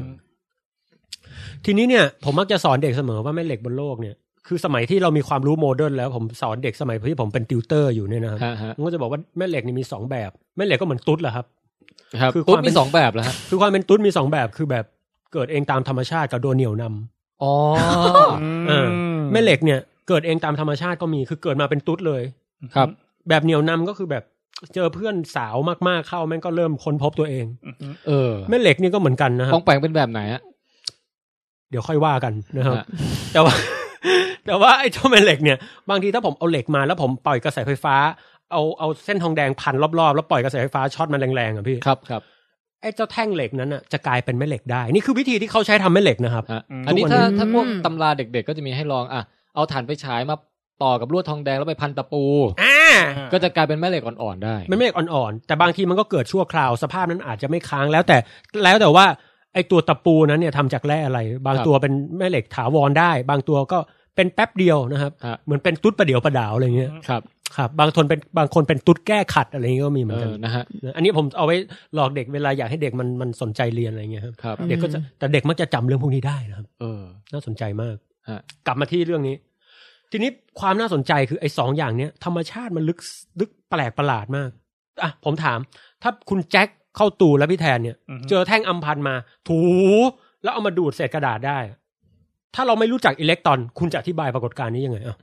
ทีนี้เนี่ยผมมักจะสอนเด็กเสมอว่าแม่เหล็กบนโลกเนี่ยคือสมัยที่เรามีความรู้โมเดิร์นแล้วผมสอนเด็กสมัยที่ผมเป็นติวเตอร์อยู่เนี่ยนะครับผมก็จะบอกว่าแม่เหล็กนี่มี2แบบแม่เหล็กก็เหมือนตุ๊ดแหละครับคือตุ๊ดมี2แบบเหรอฮะคือความเป็นตุ๊ดมี2แบบคือแบบเกิดเองตามธรรมชาติกับโดนเหนี่ยวนำอ๋อแม่เหล็กเนี่ยเกิดเองตามธรรมชาติก็มีคือเกิดมาเป็นตุ๊ดเลยครับแบบเหนี่ยวนำก็คือแบบเจอเพื่อนสาวมากๆเข้าแม่งก็เริ่มค้นพบตัวเองแม่เหล็กนี่ก็เหมือนกันนะครับต้องแปลงเป็นแบบไหนฮะเดี๋ยวค่อยว่ากันนะครับแต่ว่าไอ้เจ้าแม่เหล็กเนี่ยบางทีถ้าผมเอาเหล็กมาแล้วผมปล่อยกระแสไฟฟ้าเอาเส้นทองแดงพันรอบๆแล้วปล่อยกระแสไฟฟ้าช็อตมันแรงๆอ่ะพี่ครับไอ้เจ้าแท่งเหล็กนั้นน่ะจะกลายเป็นแม่เหล็กได้นี่คือวิธีที่เขาใช้ทำแม่เหล็กนะครับอันนี้ถ้าพวกตำราเด็กๆก็จะมีให้ลองเอาถ่านไฟฉายมาต่อกับลวดทองแดงแล้วไปพันตะปูก็จะกลายเป็นแม่เหล็กอ่อนๆได้แม่เหล็กอ่อนๆแต่บางทีมันก็เกิดชั่วคราวสภาพนั้นอาจจะไม่ค้างแล้วแต่ว่าไอ้ตัวตะปูนั้นเนี่ยทำจากแร่อะไรบางตัวเป็นแม่เหล็กถาวรได้บางตัวก็เป็นแป๊บเดียวนะครับเหมือนเป็นตุ๊ดประเดี๋ยวประดาวอะไรเงี้ยครับบางคนเป็นตุ๊ดแก้ขัดอะไรเงี้ยก็มีเหมือนกันนะฮะอันนี้ผมเอาไว้หลอกเด็กเวลาอยากให้เด็กมันสนใจเรียนอะไรเงี้ยครับเด็กก็จะแต่เด็กมักจะจำเรื่องพวกนี้ได้นะครับน่าสนใจมากกลับมาที่เรื่องนี้ทีนี้ความน่าสนใจคือไอ้2อย่างเนี้ยธรรมชาติมันลึกแปลกประหลาดมากอ่ะผมถามถ้าคุณแจ็คเข้าตู่แล้วพี่แทนเนี่ยเจอแท่งอัมพันธ์มาถูแล้วเอามาดูดเศษกระดาษได้ถ้าเราไม่รู้จักอิเล็กตรอนคุณจะอธิบายปรากฏการณ์นี้ยังไงอ่ะ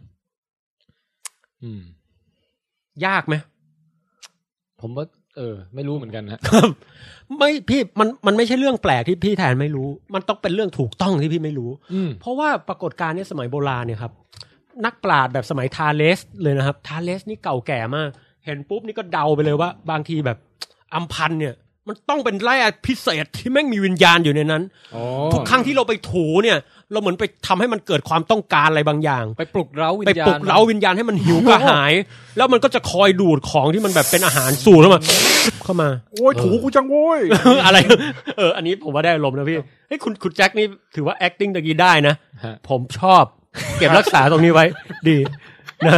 ยากไหมผมว่าไม่รู้เหมือนกันฮะไม่พี่มันไม่ใช่เรื่องแปลกที่พี่แทนไม่รู้มันต้องเป็นเรื่องถูกต้องที่พี่ไม่รู้เพราะว่าปรากฏการณ์ในสมัยโบราณเนี่ยครับนักปราชญ์แบบสมัยทาเลสเลยนะครับทาเลสนี่เก่าแก่มากเห็นปุ๊บนี่ก็เดาไปเลยว่าบางทีแบบอัมพันธ์เนี่ยมันต้องเป็นแร่พิเศษที่แม่งมีวิญญาณอยู่ในนั้นทุกครั้งที่เราไปถูเนี่ยเราเหมือนไปทำให้มันเกิดความต้องการอะไรบางอย่างไปปลุกเร้าวิญญาณให้มันหิวกระหายแล้วมันก็จะคอยดูดของที่มันแบบเป็นอาหารสู่เข้ามาโอ้ยถูกูจังโว้ยอะไรอันนี้ผมว่าได้อารมณ์นะพี่เฮ้ยคุณแจ็คนี่ถือว่า acting ตะกี้ได้นะผมชอบเก็บรักษาตรงนี้ไว้ดีนะ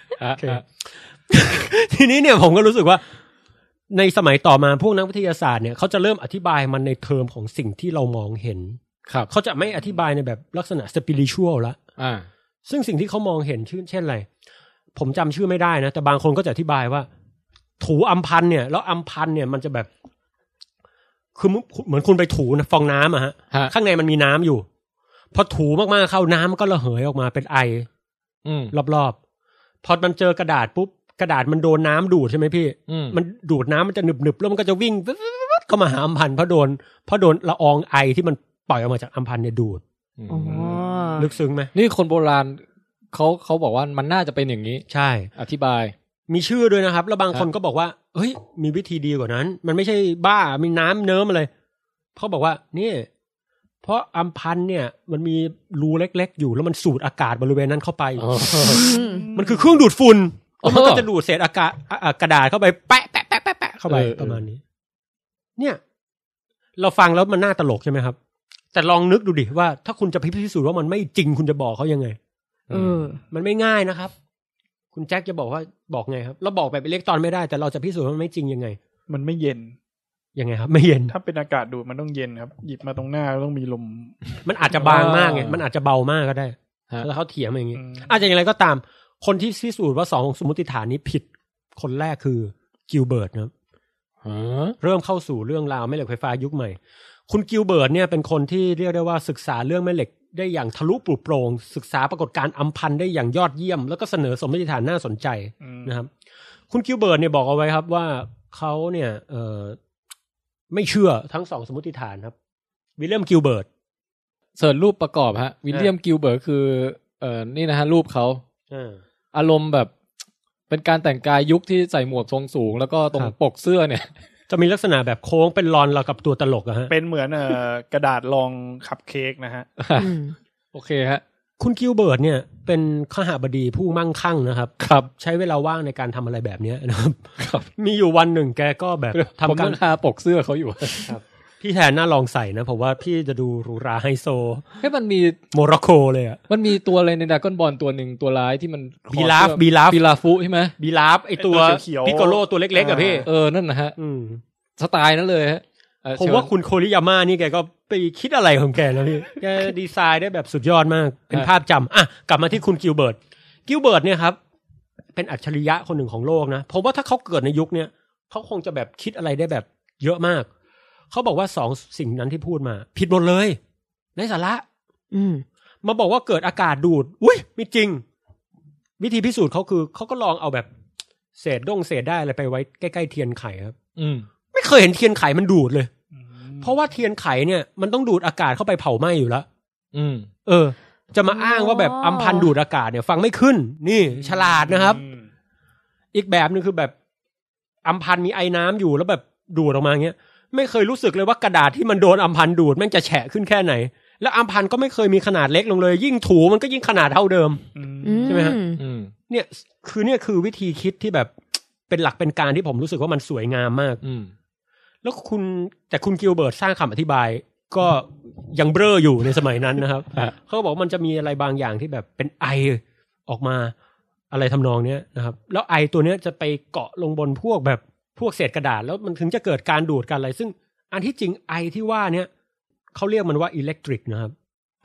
ทีนี้เนี่ยผมก็รู้สึกว่าในสมัยต่อมาพวกนักวิทยาศาสตร์เนี่ยเขาจะเริ่มอธิบายมันในเทอมของสิ่งที่เรามองเห็นเขาจะไม่อธิบายในแบบลักษณะสปิริชวลละซึ่งสิ่งที่เขามองเห็นเช่นอะไรผมจำชื่อไม่ได้นะแต่บางคนก็จะอธิบายว่าถูอัมพันธ์เนี่ยแล้วอัมพันธ์เนี่ยมันจะแบบคือเหมือนคุณไปถูฟองน้ำอะฮะข้างในมันมีน้ำอยู่พอถูมากๆเข้าน้ำมันก็ระเหยออกมาเป็นไอรอบๆพอมันเจอกระดาษปุ๊บกระดาษมันโดนน้ำดูดใช่ไหมพี่มันดูดน้ำมันจะหนึบๆแล้วมันก็จะวิ่งเข้ามาหาอัมพันธ์เพราะโดนละอองไอที่มันปล่อยออกมาจากอัมพันธ์เนี่ยดูดลึกซึ้งไหมนี่คนโบราณเขาบอกว่ามันน่าจะเป็นอย่างนี้ใช่อธิบายมีชื่อด้วยนะครับแล้วบางคนก็บอกว่าเฮ้ยมีวิธีดีกว่านั้นมันไม่ใช่บ้ามีน้ำเนิ้มอะไรเขาบอกว่านี่เพราะอัมพันธ์เนี่ยมันมีรูเล็กๆอยู่แล้วมันสูดอากาศบริเวณนั้นเข้าไปมันคือเครื่องดูดฝุ่นมันก็จะดูดเศษอากาศกระดาษเข้าไปแปะเข้าไปประมาณนี้เนี่ยเราฟังแล้วมันน่าตลกใช่ไหมครับแต่ลองนึกดูดิว่าถ้าคุณจะพิสูจน์ว่ามันไม่จริงคุณจะบอกเขายังไงมันไม่ง่ายนะครับคุณแจ็คจะบอกไงครับเราบอกแบบอิเล็กตรอนไม่ได้แต่เราจะพิสูจน์ว่ามันไม่จริงยังไงมันไม่เย็นยังไงครับไม่เย็นถ้าเป็นอากาศดูดมันต้องเย็นครับหยิบมาตรงหน้าต้องมีลมมันอาจจะบางมากไงมันอาจจะเบามากก็ได้แล้วเขาเถียงอย่างงี้อาจจะอย่างไรก็ตามคนที่พิสูจน์ว่า2สมมติฐานนี้ผิดคนแรกคือกิลเบิร์ตนะครับเริ่มเข้าสู่เรื่องราวแม่เหล็กไฟฟ้ายุคใหม่คุณกิลเบิร์ตเนี่ยเป็นคนที่เรียกได้ว่าศึกษาเรื่องแม่เหล็กได้อย่างทะลุปลุกโปร่งศึกษาปรากฏการณ์อัมพันธ์ได้อย่างยอดเยี่ยมแล้วก็เสนอสมมติฐานน่าสนใจนะครับคุณกิลเบิร์ตเนี่ยบอกเอาไว้ครับว่าเขาเนี่ยไม่เชื่อทั้ง2สมมติฐานครับวิลเลียมกิลเบิร์ตเสิร์ชรูปประกอบฮะวิลเลียมกิลเบิร์ตคือนี่นะฮะรูปเขาอารมณ์แบบเป็นการแต่งกายยุคที่ใส่หมวกทรงสูงแล้วก็ตรงปกเสื้อเนี่ยจะมีลักษณะแบบโค้งเป็นรอนเรากับตัวตลกอะฮะเป็นเหมือนกระดาษรองคัพเค้กนะฮะโอเคฮะคุณกิลเบิร์ตเนี่ยเป็นขหบดีผู้มั่งคั่งนะครับครับใช้เวลาว่างในการทำอะไรแบบนี้นะครับมีอยู่วันหนึ่งแกก็แบบทำการหาปกเสื้อเขาอยู่ครับพี่แทนน่าลองใส่นะผมว่าพี่จะดูหรูหราไฮโซให้มันมีโมร็อกโกเลยอ่ะมันมีตัวอะไรในดราก้อนบอลตัวหนึ่งตัวร้ายที่มันบีลาฟุใช่ไหมบีลาฟไอตัวพิกโกโลตัวเล็กๆอ่ะพี่นั่นนะฮะสไตล์นั้นเลยฮะผมว่าคุณโคริยาม่านี่แกก็ไปคิดอะไรของแกแล้วพี่แกดีไซน์ได้แบบสุดยอดมากเป็นภาพจำอ่ะกลับมาที่คุณกิลเบิร์ตเนี่ยครับเป็นอัจฉริยะคนหนึ่งของโลกนะผมว่าถ้าเขาเกิดในยุคเนี้ยเขาคงจะแบบคิดอะไรได้แบบเยอะมากเขาบอกว่า2สิ่งนั้นที่พูดมาผิดหมดเลยไร้สาระมาบอกว่าเกิดอากาศดูดอุ้ยไม่จริงวิธีพิสูจน์เขาคือเขาก็ลองเอาแบบเศษได้อะไรไปไว้ใกล้ๆเทียนไขครับไม่เคยเห็นเทียนไขมันดูดเลยเพราะว่าเทียนไขเนี่ยมันต้องดูดอากาศเข้าไปเผาไหม้อยู่แล้วจะมาอ้างว่าแบบอัมพันธ์ดูดอากาศเนี่ยฟังไม่ขึ้นนี่ฉลาดนะครับอีกแบบนึงคือแบบอัมพันธ์มีไอ้น้ำอยู่แล้วแบบดูดออกมาเงี้ยไม่เคยรู้สึกเลยว่ากระดาษที่มันโดนอัมพันธ์ดูดแม่งจะแฉะขึ้นแค่ไหนแล้วอัมพันธ์ก็ไม่เคยมีขนาดเล็กลงเลยยิ่งถูมันก็ยิ่งขนาดเท่าเดิมใช่ไหมฮะเนี่ยคือวิธีคิดที่แบบเป็นหลักเป็นการที่ผมรู้สึกว่ามันสวยงามมากแล้วคุณกิลเบิร์ตสร้างคำอธิบายก็ยังเบ้ออยู่ในสมัยนั้นนะครับเขาบอกมันจะมีอะไรบางอย่างที่แบบเป็นไอออกมาอะไรทำนองเนี้ยนะครับแล้วไอตัวเนี้ยจะไปเกาะลงบนพวกเศษกระดาษแล้วมันถึงจะเกิดการดูดกันอะไรซึ่งอันที่จริงไอที่ว่าเนี้ยเขาเรียกมันว่าอิเล็กทริกนะครับ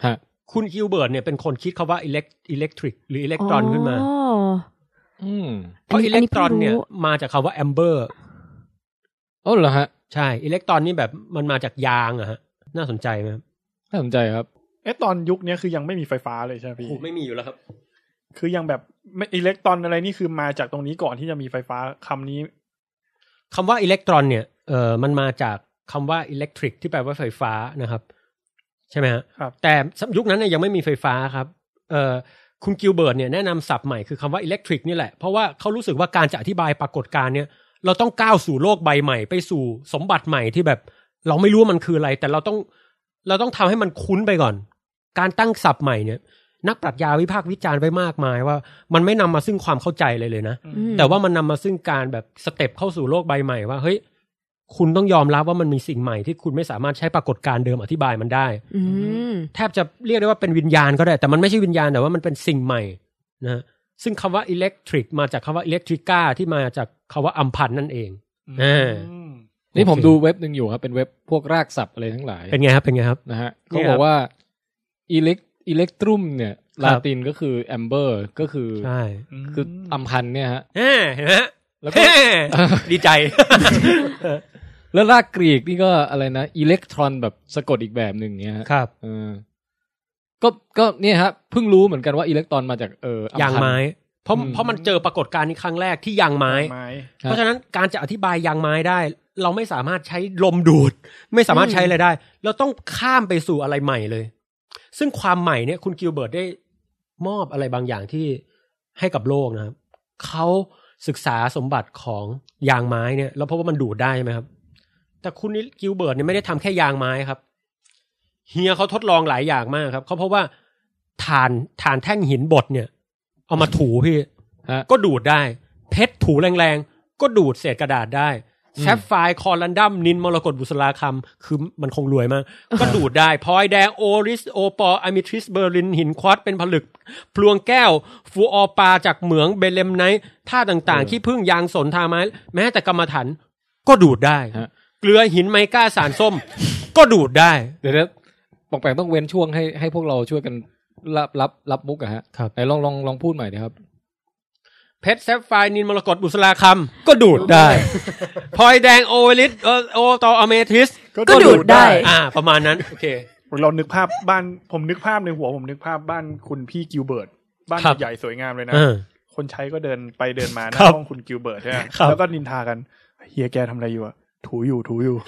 คุณกิลเบิร์ตเนี่ยเป็นคนคิดคำว่าอิเล็กทริกหรืออิเล็กตรอนขึ้นมาเพราะอิเล็กตรอนเนี่ยมาจากคำว่าแอมเบอร์อ๋อเหรอฮะใช่อิเล็กตรอนนี่แบบมันมาจากยางอะฮะน่าสนใจไหมน่าสนใจครับตอนยุคนี้คือยังไม่มีไฟฟ้าเลยใช่ไหมพี่ไม่มีอยู่แล้วครับคือยังแบบอิเล็กตรอนอะไรนี่คือมาจากตรงนี้ก่อนที่จะมีไฟฟ้าคำนี้คำว่าอิเล็กตรอนเนี่ยมันมาจากคำว่าอิเล็กทริกที่แปลว่าไฟฟ้านะครับใช่ไหมฮะแต่ยุคนั้นเนี่ยยังไม่มีไฟฟ้าครับคุณกิลเบิร์ตเนี่ยแนะนำศัพท์ใหม่คือคำว่าอิเล็กทริกนี่แหละเพราะว่าเขารู้สึกว่าการจะอธิบายปรากฏการณ์เนี่ยเราต้องก้าวสู่โลกใบใหม่ไปสู่สมบัติใหม่ที่แบบเราไม่รู้ว่ามันคืออะไรแต่เราต้องทำให้มันคุ้นไปก่อนการตั้งศัพท์ใหม่เนี่ยนักปรัชญาวิพากษ์วิจารณ์ไว้มากมายว่ามันไม่นำมาซึ่งความเข้าใจเลยนะแต่ว่ามันนำมาซึ่งการแบบสเต็ปเข้าสู่โลกใบใหม่ว่าเฮ้ยคุณต้องยอมรับว่ามันมีสิ่งใหม่ที่คุณไม่สามารถใช้ปรากฏการณ์เดิมอธิบายมันได้แทบจะเรียกได้ว่าเป็นวิญญาณก็ได้แต่มันไม่ใช่วิญญาณแต่ว่ามันเป็นสิ่งใหม่นะซึ่งคำว่าอิเล็กทริกมาจากคำว่าอิเล็กทริก้าที่มาจากคำว่าอัมพันธ์นั่นเองนี่ผมดูเว็บนึงอยู่ครับเป็นเว็บพวกรากศัพท์อะไรทั้งหลายเป็นไงครับนะฮะเขาบอกว่าอิเล็กตรุมเนี่ยลาตินก็คือแอมเบอร์ก็คือใช่คืออัมพันธ์เนี่ยฮะเห็นไหมแล้วก็ดีใจแล้วรากกรีกนี่ก็อะไรนะอิเล็กตรอนแบบสะกดอีกแบบหนึ่งเงี้ยครับก็เนี่ยฮะเพิ่งรู้เหมือนกันว่าอิเล็กตรอนมาจากยางไม้เพราะมันเจอปรากฏการณ์นี้ครั้งแรกที่ยางไม้เพราะฉะนั้นการจะอธิบายยางไม้ได้เราไม่สามารถใช้ลมดูดไม่สามารถใช้อะไรได้เราต้องข้ามไปสู่อะไรใหม่เลยซึ่งความใหม่เนี่ยคุณกิลเบิร์ตได้มอบอะไรบางอย่างที่ให้กับโลกนะครับเขาศึกษาสมบัติของยางไม้เนี่ยแล้วพบว่ามันดูดได้ใช่ไหมครับแต่คุณกิลเบิร์ตเนี่ยไม่ได้ทำแค่ยางไม้ครับเฮียเขาทดลองหลายอย่างมากครับเขาพบว่าถ่านแท่งหินบดเนี่ยเอามาถูพี่ก็ดูดได้เพชรถูแรงๆก็ดูดเศษกระดาษได้แซฟไฟร์คอลันดัมนินมรกตบุษราคำคือมันคงรวยมากก็ดูดได้พลอยแดงโอริสโอปออะมิทริสเบอร์ลินหินควอตซ์เป็นผลึกพลวงแก้วฟูออปาจากเหมืองเบเลมไนท์ท่าต่างๆขี้ผึ้งยางสนทาไม้แม้แต่กรรมฐานก็ดูดได้เกลือหินไมก้าสารส้มก็ดูดได้เดี๋ยวปองแปงต้องเว้นช่วงให้พวกเราช่วยกันรับมุกอะฮะไหนลองพูดใหม่ดิครับเพชรแซฟไฟร์นินมรกตบุษราคำก็ดูดได้พลอยแดงโอเวลิสโอตออะเมทิสก็ดูดได้ประมาณนั้นโอเคเรานึกภาพบ้านผมนึกภาพในหัวผมนึกภาพบ้านคุณพี่กิลเบิร์ตบ้านใหญ่สวยงามเลยนะคนใช้ก็เดินไปเดินมาหน้าห้องคุณกิลเบิร์ตใช่ไหมแล้วก็นินทากันเฮียแกทำอะไรอยู่อะถูอยู่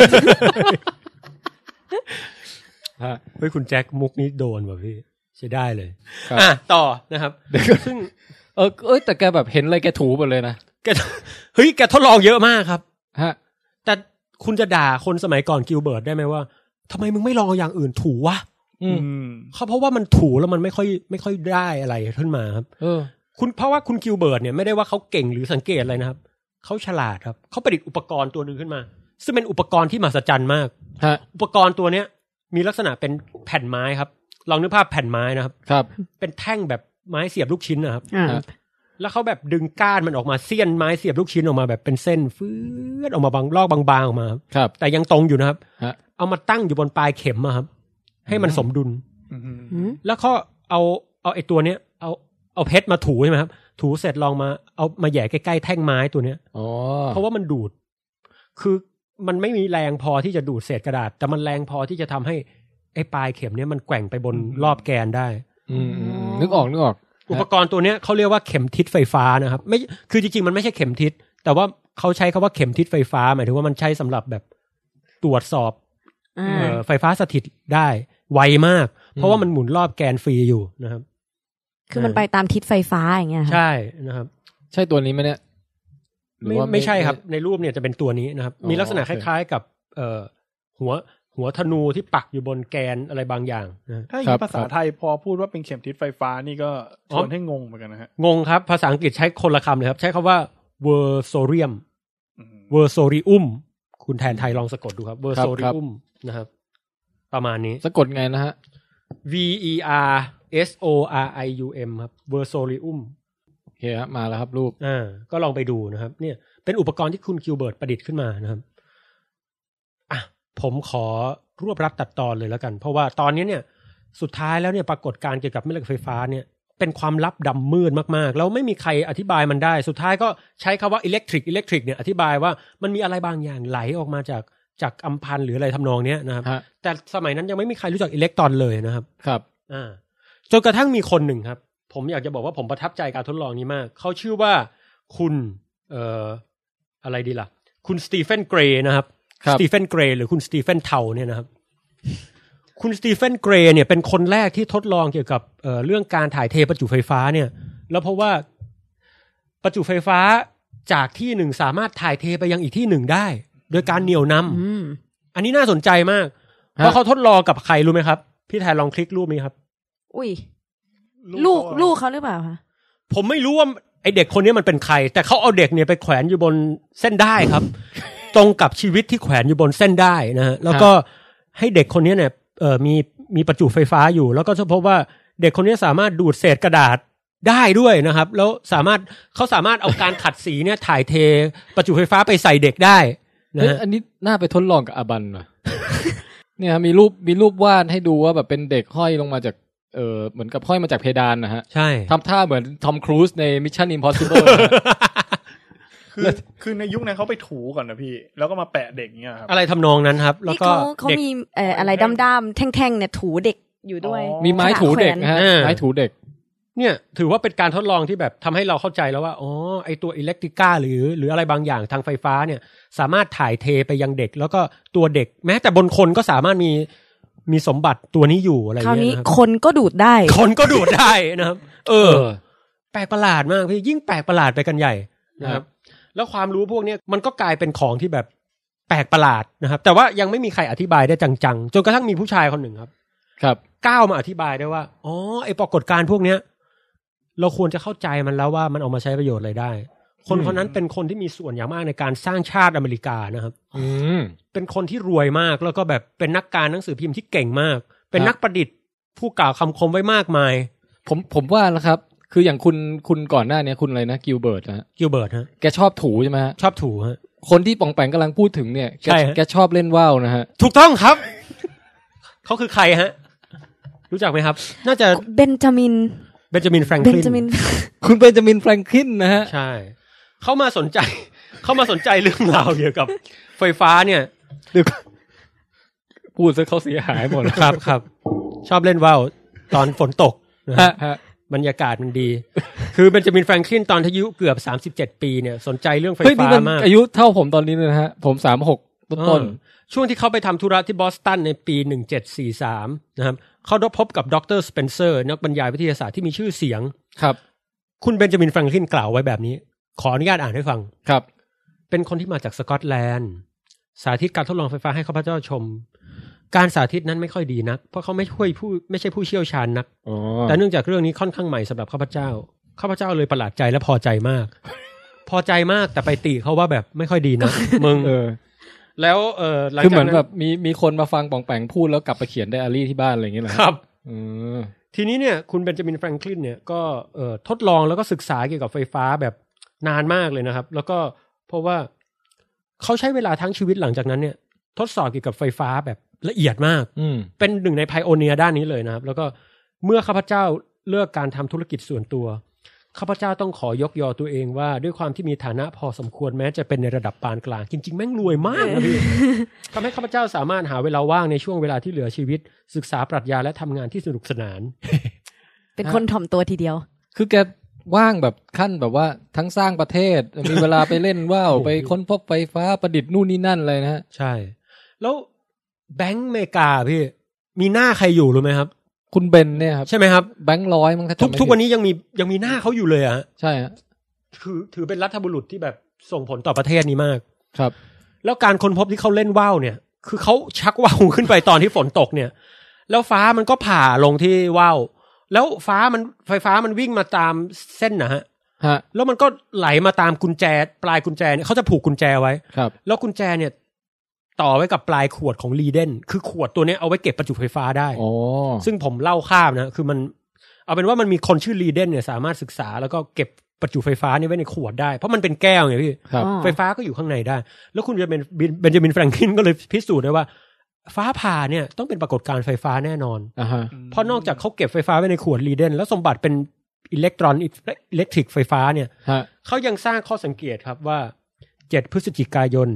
เฮ้ยคุณแจ็คมุกนี้โดนว่ะพี่ใช้ได้เลยต่อนะครับซึ่งแต่แกแบบเห็นอะไรแกถูหมดเลยนะแกทดลองเยอะมากครับแต่คุณจะด่าคนสมัยก่อนกิลเบิร์ตได้ไหมว่าทำไมมึงไม่ลองอย่างอื่นถูวะเพราะว่ามันถูแล้วมันไม่ค่อยได้อะไรขึ้นมาครับเพราะว่าคุณกิลเบิร์ตเนี่ยไม่ได้ว่าเขาเก่งหรือสังเกตอะไรนะครับเขาฉลาดครับเขาประดิษฐ์อุปกรณ์ตัวนึงขึ้นมาซึ่งเป็นอุปกรณ์ที่มหัศจรรย์มากอุปกรณ์ตัวเนี้ยมีลักษณะเป็นแผ่นไม้ครับลองนึกภาพแผ่นไม้นะครับเป็นแท่งแบบไม้เสียบลูกชิ้นนะครับแล้วเขาแบบดึงก้านมันออกมาเสี้ยนไม้เสียบลูกชิ้นออกมาแบบเป็นเส้นฟื้นออกมาบางลอกบางๆออกมาครับแต่ยังตรงอยู่นะครับเอามาตั้งอยู่บนปลายเข็มครับให้มันสมดุลแล้วก็เอาไอ้ตัวเนี้ยเอาเพชรมาถูใช่ไหมครับถูเสร็จลองเอามาแหย่ใกล้ๆแท่งไม้ตัวเนี้ยเพราะว่ามันดูดคือมันไม่มีแรงพอที่จะดูดเศษกระดาษแต่มันแรงพอที่จะทำให้ไอ้ปลายเข็มเนี้ยมันแกว่งไปบนรอบแกนได้นึกออกอุปกรณ์ตัวเนี้ยเขาเรียกว่าเข็มทิศไฟฟ้านะครับไม่คือจริงๆมันไม่ใช่เข็มทิศแต่ว่าเขาใช้คำว่าเข็มทิศไฟฟ้าหมายถึงว่ามันใช้สำหรับแบบตรวจสอบไฟฟ้าสถิตได้ไวมากเพราะว่ามันหมุนรอบแกนฟรีอยู่นะครับคือมันไปตามทิศไฟฟ้าอย่างเงี้ยใช่นะครับใช่ตัวนี้ไหมเนี่ยไม่ใช่ครับในรูปเนี่ยจะเป็นตัวนี้นะครับมีลักษณะคล้ายๆกับหัวธนูที่ปักอยู่บนแกนอะไรบางอย่างถ้าอย่างภาษาไทยพอพูดว่าเป็นเข็มทิศไฟฟ้านี่ก็ชวนให้งงเหมือนกันนะฮะงงครับภาษาอังกฤษใช้คนละคำเลยครับใช้คำว่า versorium versorium คุณแทนไทยลองสะกดดูครับ versorium นะครับประมาณนี้สะกดไงนะฮะ versorium ครับ versorium โอเคครับมาแล้วครับรูปก็ลองไปดูนะครับเนี่ยเป็นอุปกรณ์ที่คุณกิลเบิร์ตประดิษฐ์ขึ้นมานะครับผมขอรวบรัดตัดตอนเลยแล้วกันเพราะว่าตอนนี้เนี่ยสุดท้ายแล้วเนี่ยปรากฏการณ์เกี่ยวกับแม่เหล็กไฟฟ้าเนี่ยเป็นความลับดำมืดมากๆแล้วไม่มีใครอธิบายมันได้สุดท้ายก็ใช้คำว่าอิเล็กทริกเนี่ยอธิบายว่ามันมีอะไรบางอย่างไหลออกมาจากอัมพันธ์หรืออะไรทำนองเนี้ยนะครับแต่สมัยนั้นยังไม่มีใครรู้จักอิเล็กตรอนเลยนะครับครับจนกระทั่งมีคนหนึ่งครับผมอยากจะบอกว่าผมประทับใจการทดลองนี้มากเขาชื่อว่าคุณอะไรดีล่ะคุณสตีเฟนเกรย์นะครับสตีเฟนเกรย์หรือคุณสตีเฟนเทาเนี่ยนะครับคุณสตีเฟนเกรย์เนี่ยเป็นคนแรกที่ทดลองเกี่ยวกับเรื่องการถ่ายเทประจุไฟฟ้าเนี่ยแล้วเพราะว่าประจุไฟฟ้าจากที่หนึ่งสามารถถ่ายเทไปยังอีกที่หนึ่งได้โดยการเหนี่ยวนำอันนี้น่าสนใจมากเพราะเขาทดลองกับใครรู้ไหมครับพี่แทนลองคลิกรูปนี้ครับอุ้ยลูกเขาหรือเปล่าคะผมไม่รู้ว่าไอเด็กคนนี้มันเป็นใครแต่เขาเอาเด็กเนี่ยไปแขวนอยู่บนเส้นได้ครับ ตรงกับชีวิตที่แขวนอยู่บนเส้นได้นะฮะแล้วก็ให้เด็กคนนี้เนี่ยมีประจุไฟฟ้าอยู่แล้วก็จะพบว่าเด็กคนนี้สามารถดูดเศษกระดาษได้ด้วยนะครับแล้วเขาสามารถเอาการขัดสีเนี่ยถ่ายเทประจุไฟฟ้าไปใส่เด็กได้นะอันนี้น่าไปทดลองกับอาบันว่ะ เนี่ยมีรูปวาดให้ดูว่าแบบเป็นเด็กห้อยลงมาจากเหมือนกับห้อยมาจากเพดานนะฮะใช่ทำท่าเหมือนทอมครูซใน Mission Impossible คือในยุคนั้นเขาไปถูก่อนนะพี่แล้วก็มาแปะเด็กเงี้ยครับอะไรทำนองนั้นครับแล้วก็เขามีอะไรด้ามๆแท่งๆเนี่ยถูเด็กอยู่ด้วยมีไม้ถูเด็กฮะไม้ถูเด็กเนี่ยถือว่าเป็นการทดลองที่แบบทำให้เราเข้าใจแล้วว่าอ๋อไอตัวอิเล็กทริก้าหรืออะไรบางอย่างทางไฟฟ้าเนี่ยสามารถถ่ายเทไปยังเด็กแล้วก็ตัวเด็กแม้แต่บนคนก็สามารถมีสมบัติตัวนี้อยู่อะไรอย่างเงี้ยนะครับคราวนี้คนก็ดูดได้นะครับแปลกประหลาดมากพี่ยิ่งแปลกประหลาดไปกันใหญ่นะครับแล้วความรู้พวกนี้มันก็กลายเป็นของที่แบบแปลกประหลาดนะครับแต่ว่ายังไม่มีใครอธิบายได้จังๆจนกระทั่งมีผู้ชายคนหนึ่งครับก้าวมาอธิบายได้ว่าอ๋อไอปรากฏการณ์พวกเนี้ยเราควรจะเข้าใจมันแล้วว่ามันเอามาใช้ประโยชน์อะไรได้คนนั้นเป็นคนที่มีส่วนอย่างมากในการสร้างชาติอเมริกานะครับเป็นคนที่รวยมากแล้วก็แบบเป็นนักการหนังสือพิมพ์ที่เก่งมากเป็นนักประดิษฐ์ผู้กล่าวคำคมไว้มากมายผมว่านะครับคืออย่างคุณก่อนหน้านี้คุณอะไรนะกิลเบิร์ตฮะแกชอบถูใช่ไหมฮะชอบถูฮะคนที่ป่องแปงกำลังพูดถึงเนี่ยแกชอบเล่นว่าวนะฮะถูกต้องครับเขาคือใครฮะรู้จักไหมครับน่าจะเบนจามินแฟรงคลินคุณเบนจามินแฟรงคลินนะฮะใช่เขามาสนใจเรื่องราวเกี่ยวกับไฟฟ้าเนี่ยพูดซะเขาเสียหายหมดครับชอบเล่นว่าวตอนฝนตกนะฮะบรรยากาศมันดีคือเบนจามินแฟรงคลินตอนอายุเกือบ37ปีเนี่ยสนใจเรื่องไฟฟ้ามากอายุเท่าผมตอนนี้เลยนะฮะผม36ต้นช่วงที่เขาไปทำธุระที่บอสตันในปี1743นะครับเขาได้พบกับดร.สเปนเซอร์นักบรรยายวิทยาศาสตร์ที่มีชื่อเสียงครับคุณเบนจามินแฟรงคลินกล่าวไว้แบบนี้ขออนุญาตอ่านให้ฟังครับเป็นคนที่มาจากสกอตแลนด์สาธิตการทดลองไฟฟ้าให้ข้าพเจ้าชมการสาธิตนั้นไม่ค่อยดีนักเพราะเขาไม่ใช่ผู้เชี่ยวชาญนักแต่เนื่องจากเรื่องนี้ค่อนข้างใหม่สำหรับข้าพเจ้าเลยประหลาดใจและพอใจมากแต่ไปติเขาว่าแบบไม่ค่อยดีนะมึงแล้วคือเหมือนแบบมีคนมาฟังป่องแปงพูดแล้วกลับไปเขียนไดอารี่ที่บ้านอะไรอย่างเงี้ยครับทีนี้เนี่ยคุณเบนจามินแฟรงคลินเนี่ยก็ทดลองแล้วก็ศึกษาเกี่ยวกับไฟฟ้าแบบนานมากเลยนะครับแล้วก็เพราะว่าเขาใช้เวลาทั้งชีวิตหลังจากนั้นเนี่ยทดสอบเกี่ยวกับไฟฟ้าแบบละเอียดมากเป็นหนึ่งในไพโอเนียร์ด้านนี้เลยนะครับแล้วก็เมื่อข้าพเจ้าเลือกการทำธุรกิจส่วนตัวข้าพเจ้าต้องขอยกยอตัวเองว่าด้วยความที่มีฐานะพอสมควรแม้จะเป็นในระดับปานกลางจริงๆแม่งรวยมากนะพี่ทำให้ข้าพเจ้าสามารถหาเวลาว่างในช่วงเวลาที่เหลือชีวิตศึกษาปรัชญาและทำงานที่สนุกสนานเป็นคนถ่อมตัวทีเดียวคือแกว่างแบบขั้นแบบว่าทั้งสร้างประเทศมีเวลาไปเล่นว่าวไปค้นพบไฟฟ้าประดิษฐ์นู่นนี่นั่นเลยนะฮะใช่แล้วแบงก์อเมริกาพี่มีหน้าใครอยู่รู้ไหมครับคุณเบนเนี่ยครับใช่ไหมครับแบงค์ร้อยมั้งทุกวันนี้ยังมีหน้าเขาอยู่เลยอ่ะใช่ฮะถือเป็นรัฐบุรุษที่แบบส่งผลต่อประเทศนี้มากครับแล้วการค้นพบที่เขาเล่นว่าวเนี่ยคือเขาชักว่าวขึ้นไปตอนที่ฝนตกเนี่ยแล้วฟ้ามันก็ผ่าลงที่ว่าวแล้วไฟฟ้ามันวิ่งมาตามเส้นนะฮะแล้วมันก็ไหลมาตามกุญแจปลายกุญแจเนี่ยเขาจะผูกกุญแจไว้ครับแล้วกุญแจเนี่ยต่อไว้กับปลายขวดของลีเดนคือขวดตัวนี้เอาไว้เก็บประจุไฟฟ้าได้ซึ่งผมเล่าข้ามนะคือมันเอาเป็นว่ามันมีคนชื่อลีเดนเนี่ยสามารถศึกษาแล้วก็เก็บประจุไฟฟ้านี่ไว้ในขวดได้เพราะมันเป็นแก้วไงพี่ไฟฟ้าก็อยู่ข้างในได้แล้วคุณเบนจามินแฟรงคลินก็เลยพิสูจน์ได้ว่าฟ้าผ่าเนี่ยต้องเป็นปรากฏการณ์ไฟฟ้าแน่นอนเพราะนอกจากเขาเก็บไฟฟ้าไว้ในขวดรีเดนแล้วสมบัติเป็นอิเล็กตรอนอิเล็กทริกไฟฟ้าเนี่ยเขายังสร้างข้อสังเกตครับว่า7 พฤศจิกายน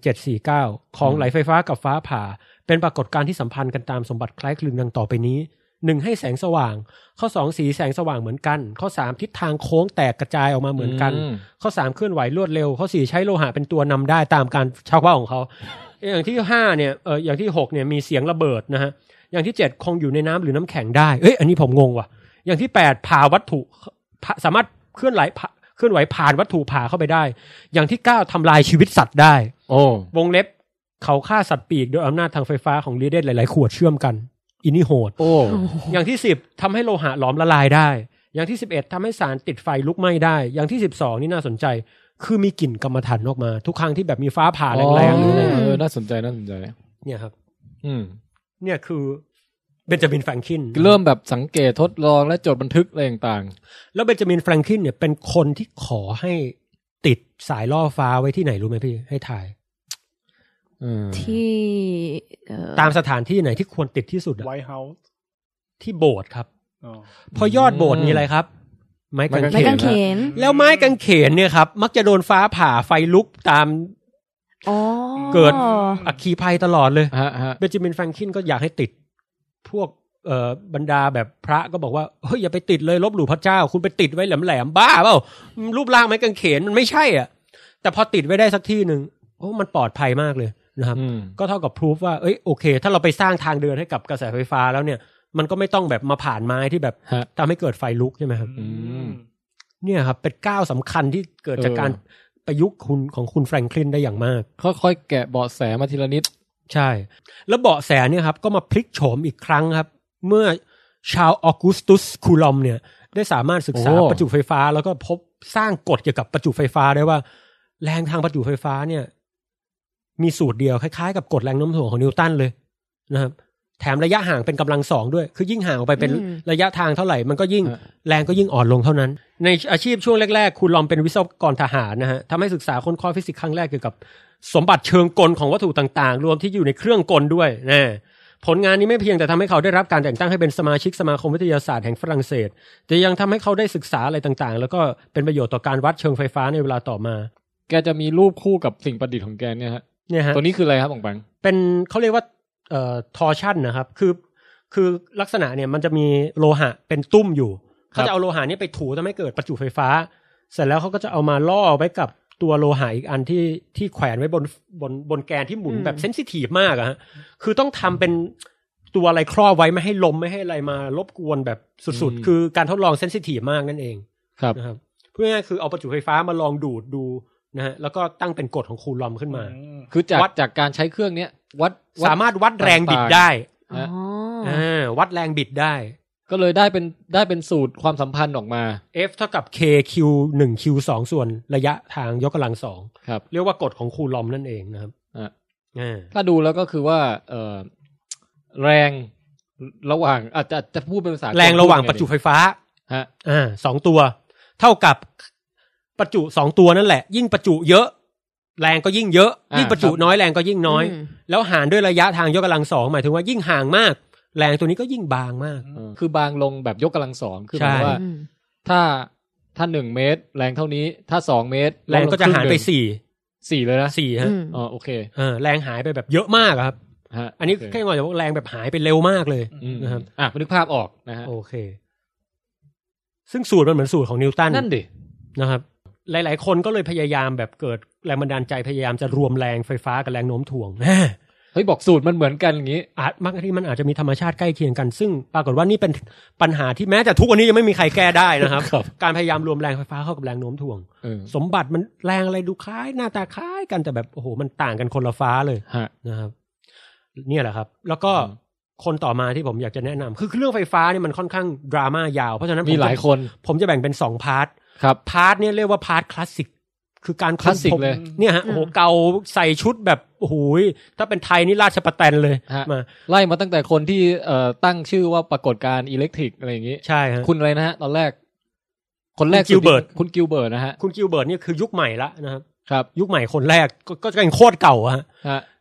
1749ของไหลไฟฟ้ากับฟ้าผ่าเป็นปรากฏการณ์ที่สัมพันธ์กันตามสมบัติคล้ายคลึงดังต่อไปนี้1ให้แสงสว่างข้อ2สีแสงสว่างเหมือนกันข้อ3ทิศทางโค้งแตกกระจายออกมาเหมือนกันข้อ3เคลื่อนไหวรวดเร็วข้อ4ใช้โลหะเป็นตัวนำได้ตามการเช่าว่าของเขาอย่างที่5เนี่ยอย่างที่6เนี่ยมีเสียงระเบิดนะฮะอย่างที่7คงอยู่ในน้ำหรือน้ำแข็งได้อันนี้ผมงงว่ะอย่างที่8ผ่าวัตถุสามารถเคลื่อนไหวผ่านวัตถุผ่าเข้าไปได้อย่างที่9ทำลายชีวิตสัตว์ได้วงเล็บเขาฆ่าสัตว์ปีกโดยอำนาจทางไฟฟ้าของรีเดนหลายๆขวดเชื่อมกันอินี่โหดอย่างที่10ทำให้โลหะหลอมละลายได้อย่างที่11ทำให้สารติดไฟลุกไหม้ได้อย่างที่12นี่น่าสนใจคือมีกลิ่นกรรมฐานออกมาทุกครั้งที่แบบมีฟ้าผ่าแรงๆนี่น่าสนใจเนี่ยครับเนี่ยคือเบนจามินแฟรงคลินเริ่มแบบสังเกตทดลองและจดบันทึกอะไรต่างๆแล้วเบนจามินแฟรงคลินเนี่ยเป็นคนที่ขอให้ติดสายล่อฟ้าไว้ที่ไหนรู้ไหมพี่ให้ถ่ายที่ตามสถานที่ไหนที่ควรติดที่สุดไวท์เฮาส์ที่โบสถ์ครับพอยอดโบสถ์มีอะไรครับไม้กางเขนแล้วไม้กางเขนเนี่ยครับมักจะโดนฟ้าผ่าไฟลุกตามเกิดอัคคีภัยตลอดเลยเบนจามินแฟรงคลินก็อยากให้ติดพวกบรรดาแบบพระก็บอกว่าเฮ้ยอย่าไปติดเลยลบหลู่พระเจ้าคุณไปติดไว้แหลมๆบ้าเปล่ารูปร่างไม้กางเขนมันไม่ใช่อ่ะแต่พอติดไว้ได้สักที่นึงมันปลอดภัยมากเลยนะครับก็เท่ากับพิสูจว่าโอเคถ้าเราไปสร้างทางเดินให้กับกระแสไฟฟ้าแล้วเนี่ยมันก็ไม่ต้องแบบมาผ่านไม้ที่แบบทำให้เกิดไฟลุกใช่ไหมครับเนี่ยครับเป็นก้าวสำคัญที่เกิดจากการประยุกต์ของคุณแฟรงคลินได้อย่างมากค่อยๆแกะเบาะแสมาทีละนิดใช่แล้วเบาะแสเนี่ยครับก็มาพลิกโฉมอีกครั้งครับเมื่อชาร์ลส์ออกุสตุสคูลอมเนี่ยได้สามารถศึกษาประจุไฟฟ้าแล้วก็พบสร้างกฎเกี่ยวกับประจุไฟฟ้าได้ว่าแรงทางประจุไฟฟ้าเนี่ยมีสูตรเดียวคล้ายๆกับกฎแรงโน้มถ่วงของนิวตันเลยนะครับแถมระยะห่างเป็นกำลัง2ด้วยคือยิ่งห่างออกไปเป็นระยะทางเท่าไหร่มันก็ยิ่งแรงก็ยิ่งอ่อนลงเท่านั้นในอาชีพช่วงแรกๆคูลอมเป็นวิศวกรทหารนะฮะทำให้ศึกษาค้นคว้าฟิสิกส์ครั้งแรกเกี่ยวกับสมบัติเชิงกลของวัตถุต่างๆรวมที่อยู่ในเครื่องกลด้วยนะผลงานนี้ไม่เพียงแต่ทำให้เขาได้รับการแต่งตั้งให้เป็นสมาชิกสมาคมวิทยาศาสตร์แห่งฝรั่งเศสแต่ยังทำให้เขาได้ศึกษาอะไรต่างๆแล้วก็เป็นประโยชน์ต่อการวัดเชิงไฟฟ้าในเวลาต่อมาแกจะมีรูปคู่กับสิ่งประดิษฐ์ของแกเนี่ยฮะตัวนี้คืออะไรครับปังเป็นเขาเรียกว่าทอร์ชั่นนะครับคือลักษณะเนี่ยมันจะมีโลหะเป็นตุ้มอยู่เขาจะเอาโลหะนี้ไปถูทำให้เกิดประจุไฟฟ้าเสร็จแล้วเขาก็จะเอามาล่อไว้กับตัวโลหะอีกอันที่แขวนไว้บนแกนที่หมุนแบบเซนซิทีฟมากอะฮะคือต้องทำเป็นตัวอะไรครอบไว้ไม่ให้ลมไม่ให้อะไรมารบกวนแบบสุดๆคือการทดลองเซนซิทีฟมากนั่นเองนะครับเพื่อง่ายคือเอาประจุไฟฟ้ามาลองดูดดูนะฮะแล้วก็ตั้งเป็นกฎของคูลอมขึ้นมาคือจากการใช้เครื่องเนี้ยสามารถวัดแรงบิดได้วัดแรงบิดได้ก็เลยได้เป็นสูตรความสัมพันธ์ออกมา F เท่ากับ K Q1 Q2 ส่วนระยะทางยกกำลัง2ครับเรียกว่ากฎของคูลอมนั่นเองนะครับถ้าดูแล้วก็คือว่าแรงระหว่างอาจจะพูดเป็นภาษาแรงระหว่างประจุไฟฟ้า2ตัวเท่ากับประจุ2ตัวนั่นแหละยิ่งประจุเยอะแรงก็ยิ่งเยอะยิ่งประจุน้อยแรงก็ยิ่งน้อยแล้วหารด้วยระยะทางยกกำลัง2หมายถึงว่ายิ่งห่างมากแรงตัวนี้ก็ยิ่งบางมากคือบางลงแบบยกกำลัง2คือหมายว่าถ้า1เมตรแรงเท่านี้ถ้า2เมตรแรงก็จะหายไป 4เลยนะ 4ฮะโอเคแรงหายไปแบบเยอะมากครับอันนี้แค่งอนแต่ว่าแรงแบบหายไปเร็วมากเลยนะครับนึกภาพออกนะฮะโอเคซึ่งสูตรมันเหมือนสูตรของนิวตันนั่นดินะครับหลายๆคนก็เลยพยายามแบบเกิดแรงบันดาลใจพยายามจะรวมแรงไฟฟ้ากับแรงโน้มถ่วงเฮ้ยบอกสูตรมันเหมือนกันอย่างนี้บางทีมันอาจจะมีธรรมชาติใกล้เคียงกันซึ่งปรากฏว่านี่เป็นปัญหาที่แม้แต่ทุกวันนี้ยังไม่มีใครแก้ได้นะครับ การพยายามรวมแรงไฟฟ้าเข้ากับแรงโน้มถ่วงสมบัติมันแรงอะไรดูคล้ายหน้าตาคล้ายกันแต่แบบโอ้โหมันต่างกันคนละฟ้าเลยนะครับเนี่ยแหละครับแล้วก็คนต่อมาที่ผมอยากจะแนะนำคือเรื่องไฟฟ้านี่มันค่อนข้างดราม่ายาวเพราะฉะนั้นมีหลายคนผมจะแบ่งเป็น2พาร์ทพาร์ทเนี่ยเรียกว่าพาร์ทคลาสสิกคือการคลาสสิกเลยเนี่ยฮะโอ้โหเกาใส่ชุดแบบโอ้โหถ้าเป็นไทยนี่ราชประแตนเลยมาไล่มาตั้งแต่คนที่ตั้งชื่อว่าปรากฏการณ์อิเล็กทริกอะไรอย่างงี้ใช่ฮะคุณอะไรนะฮะตอนแรกคนแรกคุณกิลเบิร์ตนะฮะคุณกิลเบิร์ตนี่คือยุคใหม่ละนะครับครับยุคใหม่คนแรกก็ยังโคตรเก่าฮะ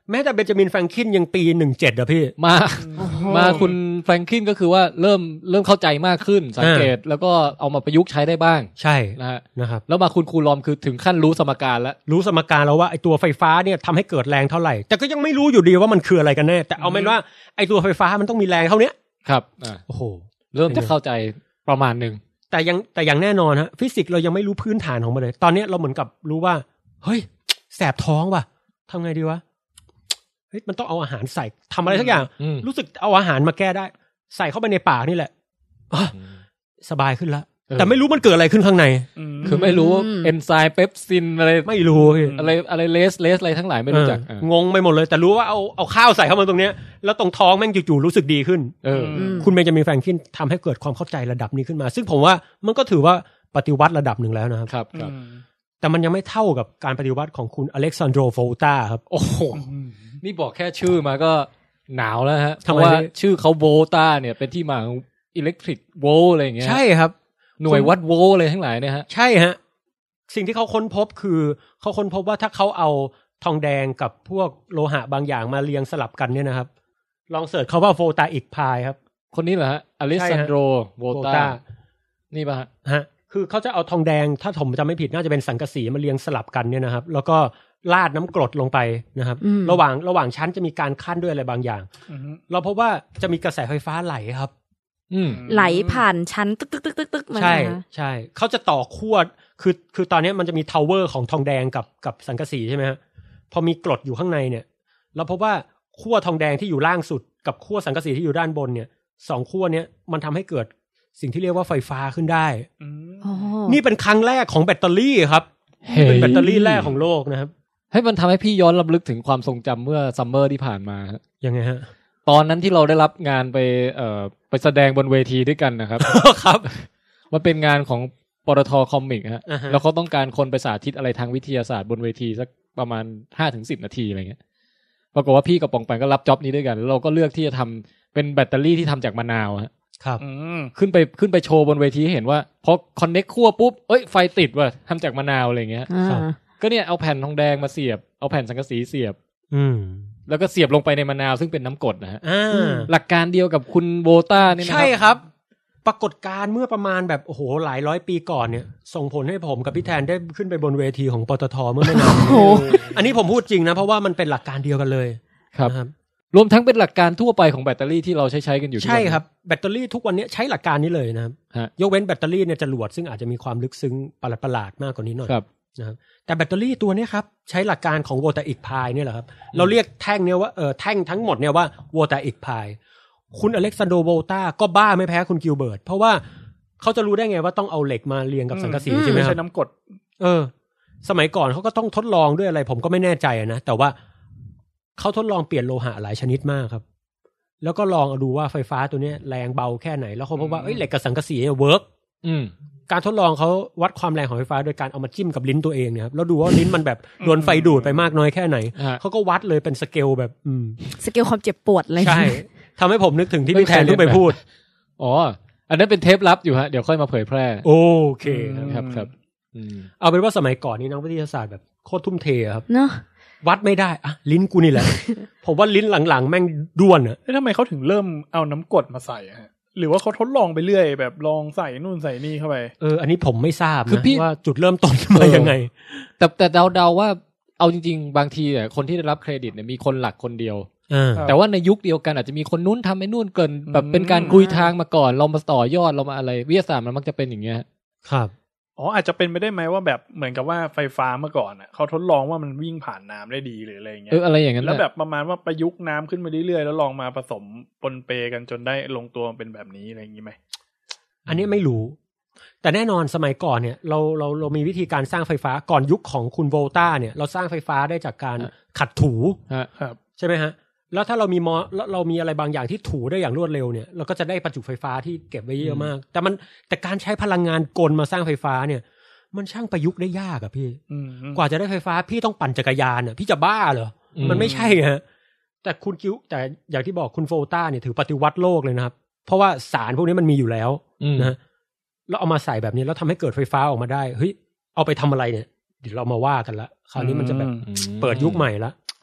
แม้แต่เบนจามินแฟรงคลินยังปี17อ่ะพี่มาคุณแฟรงคลินก็คือว่าเริ่มเข้าใจมากขึ้นสังเกตแล้วก็เอามาประยุกต์ใช้ได้บ้างใช่นะครับแล้วมาคุณครูลอมคือถึงขั้นรู้สมการแล้วว่าไอ้ตัวไฟฟ้าเนี่ยทำให้เกิดแรงเท่าไหร่แต่ก็ยังไม่รู้อยู่ดีว่ามันคืออะไรกันแน่แต่เอาเป็นว่าไอ้ตัวไฟฟ้ามันต้องมีแรงเท่านี้ครับโอ้โหเริ่มจะเข้าใจประมาณนึงแต่อย่างแน่นอนฮะฟิสิกส์เรายังไม่รู้พื้นฐานของมันเลยตอนนี้เราเหมือนกับรู้ว่าเฮ้ยแสบท้องว่ะทำไงดีวะเฮ้ยมันต้องเอาอาหารใส่ทำอะไรสักอย่างรู้สึกเอาอาหารมาแก้ได้ใส่เข้าไปในปากนี่แหละสบายขึ้นแล้วแต่ไม่รู้มันเกิดอะไรขึ้นข้างในคือไม่รู้เอนไซม์เปปซินอะไรไม่รู้อะไรเลสอะไรทั้งหลายไม่รู้จักงงไปหมดเลยแต่รู้ว่าเอาข้าวใส่เข้ามาตรงเนี้ยแล้วตรงท้องแม่งจู่ๆรู้สึกดีขึ้นคุณเบนจามินแฟรงคลินทำให้เกิดความเข้าใจระดับนี้ขึ้นมาซึ่งผมว่ามันก็ถือว่าปฏิวัติระดับหนึ่งแล้วนะครับแต่มันยังไม่เท่ากับการปฏิวัติของคุณอเล็กซานโดรโวลตาครับโอ้โหนี่บอกแค่ชื่อมาก็หนาวแล้วฮะเพราะว่าชื่อเขาโวลตาเนี่ยเป็นที่มาของอิเล็กทริกโวลอะไรอย่างเงี้ยใช่ครับหน่วยวัดโวลต์อะไรทั้งหลายเนี่ยฮะใช่ฮะสิ่งที่เขาค้นพบคือเขาค้นพบว่าถ้าเขาเอาทองแดงกับพวกโลหะบางอย่างมาเรียงสลับกันเนี่ยนะครับลองเสิร์ชเขาว่าโวลตาอิกพายครับคนนี้เหรอฮะอเล็กซานโดรโวลตานี่ป่ะฮะคือเขาจะเอาทองแดงถ้าผมจำไม่ผิดน่าจะเป็นสังกะสีมาเรียงสลับกันเนี่ยนะครับแล้วก็ราดน้ำกรดลงไปนะครับระหว่างชั้นจะมีการขั้นด้วยอะไรบางอย่างเราพบว่าจะมีกระแสไฟฟ้าไหลครับไหลผ่านชั้นตึกๆๆๆๆใช่ใช่เขาจะต่อขั้วคือตอนนี้มันจะมีทาวเวอร์ของทองแดงกับสังกะสีใช่ไหมฮะพอมีกรดอยู่ข้างในเนี่ยเราพบว่าขั้วทองแดงที่อยู่ล่างสุดกับขั้วสังกะสีที่อยู่ด้านบนเนี่ย2ขั้วเนี้ยมันทำให้เกิดสิ่งที่เรียกว่าไฟฟ้าขึ้นได้นี่เป็นครั้งแรกของแบตเตอรี่ครับเป็นแบตเตอรี่แรกของโลกนะครับให้มันทำให้พี่ย้อนรำลึกถึงความทรงจำเมื่อซัมเมอร์ที่ผ่านมายังไงฮะตอนนั้นที่เราได้รับงานไปแสดงบนเวทีด้วยกันนะครับครับมันเป็นงานของปตท.คอมิกฮะแล้วเขาต้องการคนไปสาธิตอะไรทางวิทยาศาสตร์บนเวทีสักประมาณ 5-10 นาทีอะไรเงี้ยปรากฏว่าพี่กับปองแปงก็รับจ็อบนี้ด้วยกันแล้วเราก็เลือกที่จะทำเป็นแบตเตอรี่ที่ทำจากมะนาวฮะครับขึ้นไปโชว์บนเวทีให้เห็นว่าพอคอนเนคขั้วปุ๊บเอ้ยไฟติดว่ะทำจากมะนาวอะไรเงี้ยก็เนี่ยเอาแผ่นทองแดงมาเสียบเอาแผ่นสังกะสีเสียบแล้วก็เสียบลงไปในมะนาวซึ่งเป็นน้ำกรดนะฮะหลักการเดียวกับคุณโวลตาเนี่ยนะครับใช่ครับปรากฏการณ์เมื่อประมาณแบบโอ้โหหลายร้อยปีก่อนเนี่ยส่งผลให้ผมกับพี่แทนได้ขึ้นไปบนเวทีของปตท.เมื่อไม่นานอันนี้ผมพูดจริงนะเพราะว่ามันเป็นหลักการเดียวกันเลยครับรวมทั้งเป็นหลักการทั่วไปของแบตเตอรี่ที่เราใช้กันอยู่ใช่ครับแบตเตอรี่ทุกวันนี้ใช้หลักการนี้เลยนะครับยกเว้นแบตเตอรี่เนี่ยจรวดซึ่งอาจจะมีความลึกซึ้งประหลาดมากกว่านี้หน่อยนะครับแต่แบตเตอรี่ตัวนี้ครับใช้หลักการของโวลตาอิกพายเนี่ยแหละครับเราเรียกแท่งเนี่ยว่าแท่งทั้งหมดเนี่ยว่าโวลตาอิกพายคุณอเล็กซานโดรโวลตาก็บ้าไม่แพ้คุณกิลเบิร์ตเพราะว่าเขาจะรู้ได้ไงว่าต้องเอาเหล็กมาเรียงกับสังกะสีใช่ไหมครับใช้น้ำกรดสมัยก่อนเขาก็ต้องทดลองด้วยอะไรผมก็ไม่แน่ใจนะแต่ว่าเขาทดลองเปลี่ยนโลหะหลายชนิดมากครับแล้วก็ลองดูว่าไฟฟ้าตัวนี้แรงเบาแค่ไหนแล้วเขาพบว่าเหล็กกับสังกะสีเนี่ยเวิร์กการทดลองเขาวัดความแรงของไฟฟ้าโดยการเอามาจิ้มกับลิ้นตัวเองเนี่ยครับแล้วดูว่าลิ้นมันแบบโดนไฟดูดไปมากน้อยแค่ไหนเขาก็วัดเลยเป็นสเกลแบบสเกลความเจ็บปวดเลยใช่ทำให้ผมนึกถึงที่พี่แทนเพิ่งไปพูดอ๋ออันนั้นเป็นเทปลับอยู่ฮะเดี๋ยวค่อยมาเผยแพร่โอเคครับเอาเป็นว่าสมัยก่อนนี้นักวิทยาศาสตร์แบบโคตรทุ่มเทครับเนาะวัดไม่ได้อะลิ้นกูนี่แหละ ผมว่าลิ้นหลังๆแม่งด้วนอะทำไมเขาถึงเริ่มเอาน้ำกรดมาใส่ฮะหรือว่าเขาทดลองไปเรื่อยแบบลองใส่นู่นใส่นี่เข้าไปอันนี้ผมไม่ทราบนะว่าจุดเริ่มต้นมายังไงแต่เดาว่าเอาจริงๆบางทีเนี่ยคนที่ได้รับเครดิตเนี่ยมีคนหลักคนเดียวแต่ว่าในยุคเดียวกันอาจจะมีคนนู้นทำไอ้นู่นเกินแบบเป็นการคุยทางมาก่อนเรามาต่อยอดเรามาอะไรวิทยาศาสตร์มันมักจะเป็นอย่างเงี้ยครับอาจจะเป็นไปได้ไหมว่าแบบเหมือนกับว่าไฟฟ้าเมื่อก่อนอ่ะเขาทดลองว่ามันวิ่งผ่านน้ำได้ดีหรืออะไรอย่างเงี้ยอะไรอย่างนั้นแล้วแบบประมาณว่าประยุกต์น้ำขึ้นมาเรื่อยๆแล้วลองมาผสมปนเปกันจนได้ลงตัวเป็นแบบนี้อะไรอย่างงี้ไหมอันนี้ไม่รู้แต่แน่นอนสมัยก่อนเนี่ยเรามีวิธีการสร้างไฟฟ้าก่อนยุคของคุณโวลตาเนี่ยเราสร้างไฟฟ้าได้จากการขัดถูใช่ไหมฮะแล้วถ้าเรามีอะไรบางอย่างที่ถูได้อย่างรวดเร็วเนี่ยเราก็จะได้ประจุไฟฟ้าที่เก็บไว้เยอะมากแต่การใช้พลังงานกลมาสร้างไฟฟ้าเนี่ยมันช่างประยุกต์ได้ยากอะพี่กว่าจะได้ไฟฟ้าพี่ต้องปั่นจักรยานอะพี่จะบ้าเหรอมันไม่ใช่ฮะแต่อย่างที่บอกคุณโวลตาเนี่ยถือปฏิวัติโลกเลยนะครับเพราะว่าสารพวกนี้มันมีอยู่แล้วนะแล้วเอามาใส่แบบนี้แล้วทำให้เกิดไฟฟ้าออกมาได้เฮ้ยเอาไปทำอะไรเนี่ยเดี๋ยวเรามาว่ากันละคราวนี้มันจะแบบเปิดยุคใหม่ละ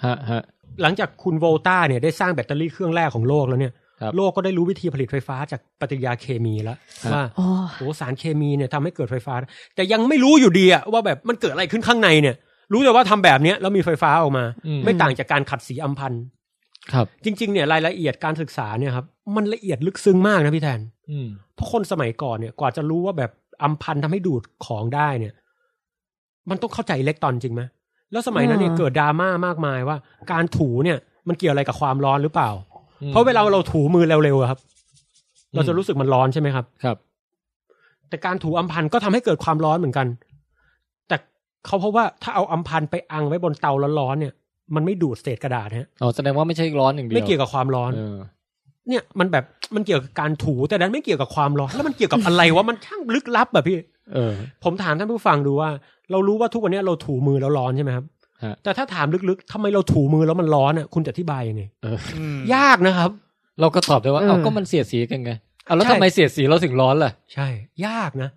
หลังจากคุณโวลตาเนี่ยได้สร้างแบตเตอรี่เครื่องแรกของโลกแล้วเนี่ยโลกก็ได้รู้วิธีผลิตไฟฟ้าจากปฏิกิริยาเคมีแล้วว่าโอ้สารเคมีเนี่ยทำให้เกิดไฟฟ้าแต่ยังไม่รู้อยู่ดีอะว่าแบบมันเกิดอะไรขึ้นข้างในเนี่ยรู้แต่ว่าทำแบบนี้แล้วมีไฟฟ้าออกมาไม่ต่างจากการขัดสีอัมพันธ์ครับจริงๆเนี่ยรายละเอียดการศึกษาเนี่ยครับมันละเอียดลึกซึ้งมากนะพี่แทนเพราะคนสมัยก่อนเนี่ยกว่าจะรู้ว่าแบบอัมพันธ์ทำให้ดูดของได้เนี่ยมันต้องเข้าใจอิเล็กตรอนจริงไหมแล้วสมัยนั้นเนี่ยเกิดดราม่ามากมายว่าการถูเนี่ยมันเกี่ยวอะไรกับความร้อนหรือเปล่าเพราะเวลาเราถูมือเร็วๆครับเราจะรู้สึกมันร้อนใช่ไหมครับครับแต่การถูอัมพันธ์ก็ทำให้เกิดความร้อนเหมือนกันแต่เขาพบว่าถ้าเอาอัมพันธ์ไปอังไว้บนเตาร้อนๆเนี่ยมันไม่ดูดเศษกระดาษฮะแสดงว่าไม่ใช่ร้อนอย่างเดียวไม่เกี่ยวกับความร้อนเนี่ยมันแบบมันเกี่ยวกับการถูแต่นั้นไม่เกี่ยวกับความร้อนแล้วมันเกี่ยวกับอะไรวะมันช่างลึกลับแบบพี่ผมถามท่านผู้ฟังดูว่าเรารู้ว่าทุกวันนี้เราถูมือแล้วร้อนใช่ไหมครับแต่ถ้าถามลึกๆทำไมเราถูมือแล้วมันร้อนอ่ะคุณจะอธิบายยังไงยากนะครับเราก็ตอบได้ว่าก็มันเสียดสีกันไงแล้วทำไมเสียดสีเราถึงร้อนล่ะใช่ยากนะ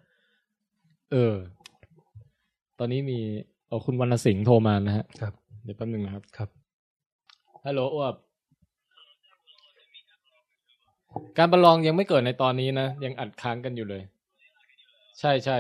ตอนนี้มีคุณวรรณสิงห์โทรมานะฮะครับเดี๋ยวแป๊บนึงนะครับครับฮัลโหลอ้วบการประลองยังไม่เกิดในตอนนี้นะยังอัดค้างกันอยู่เลยใช่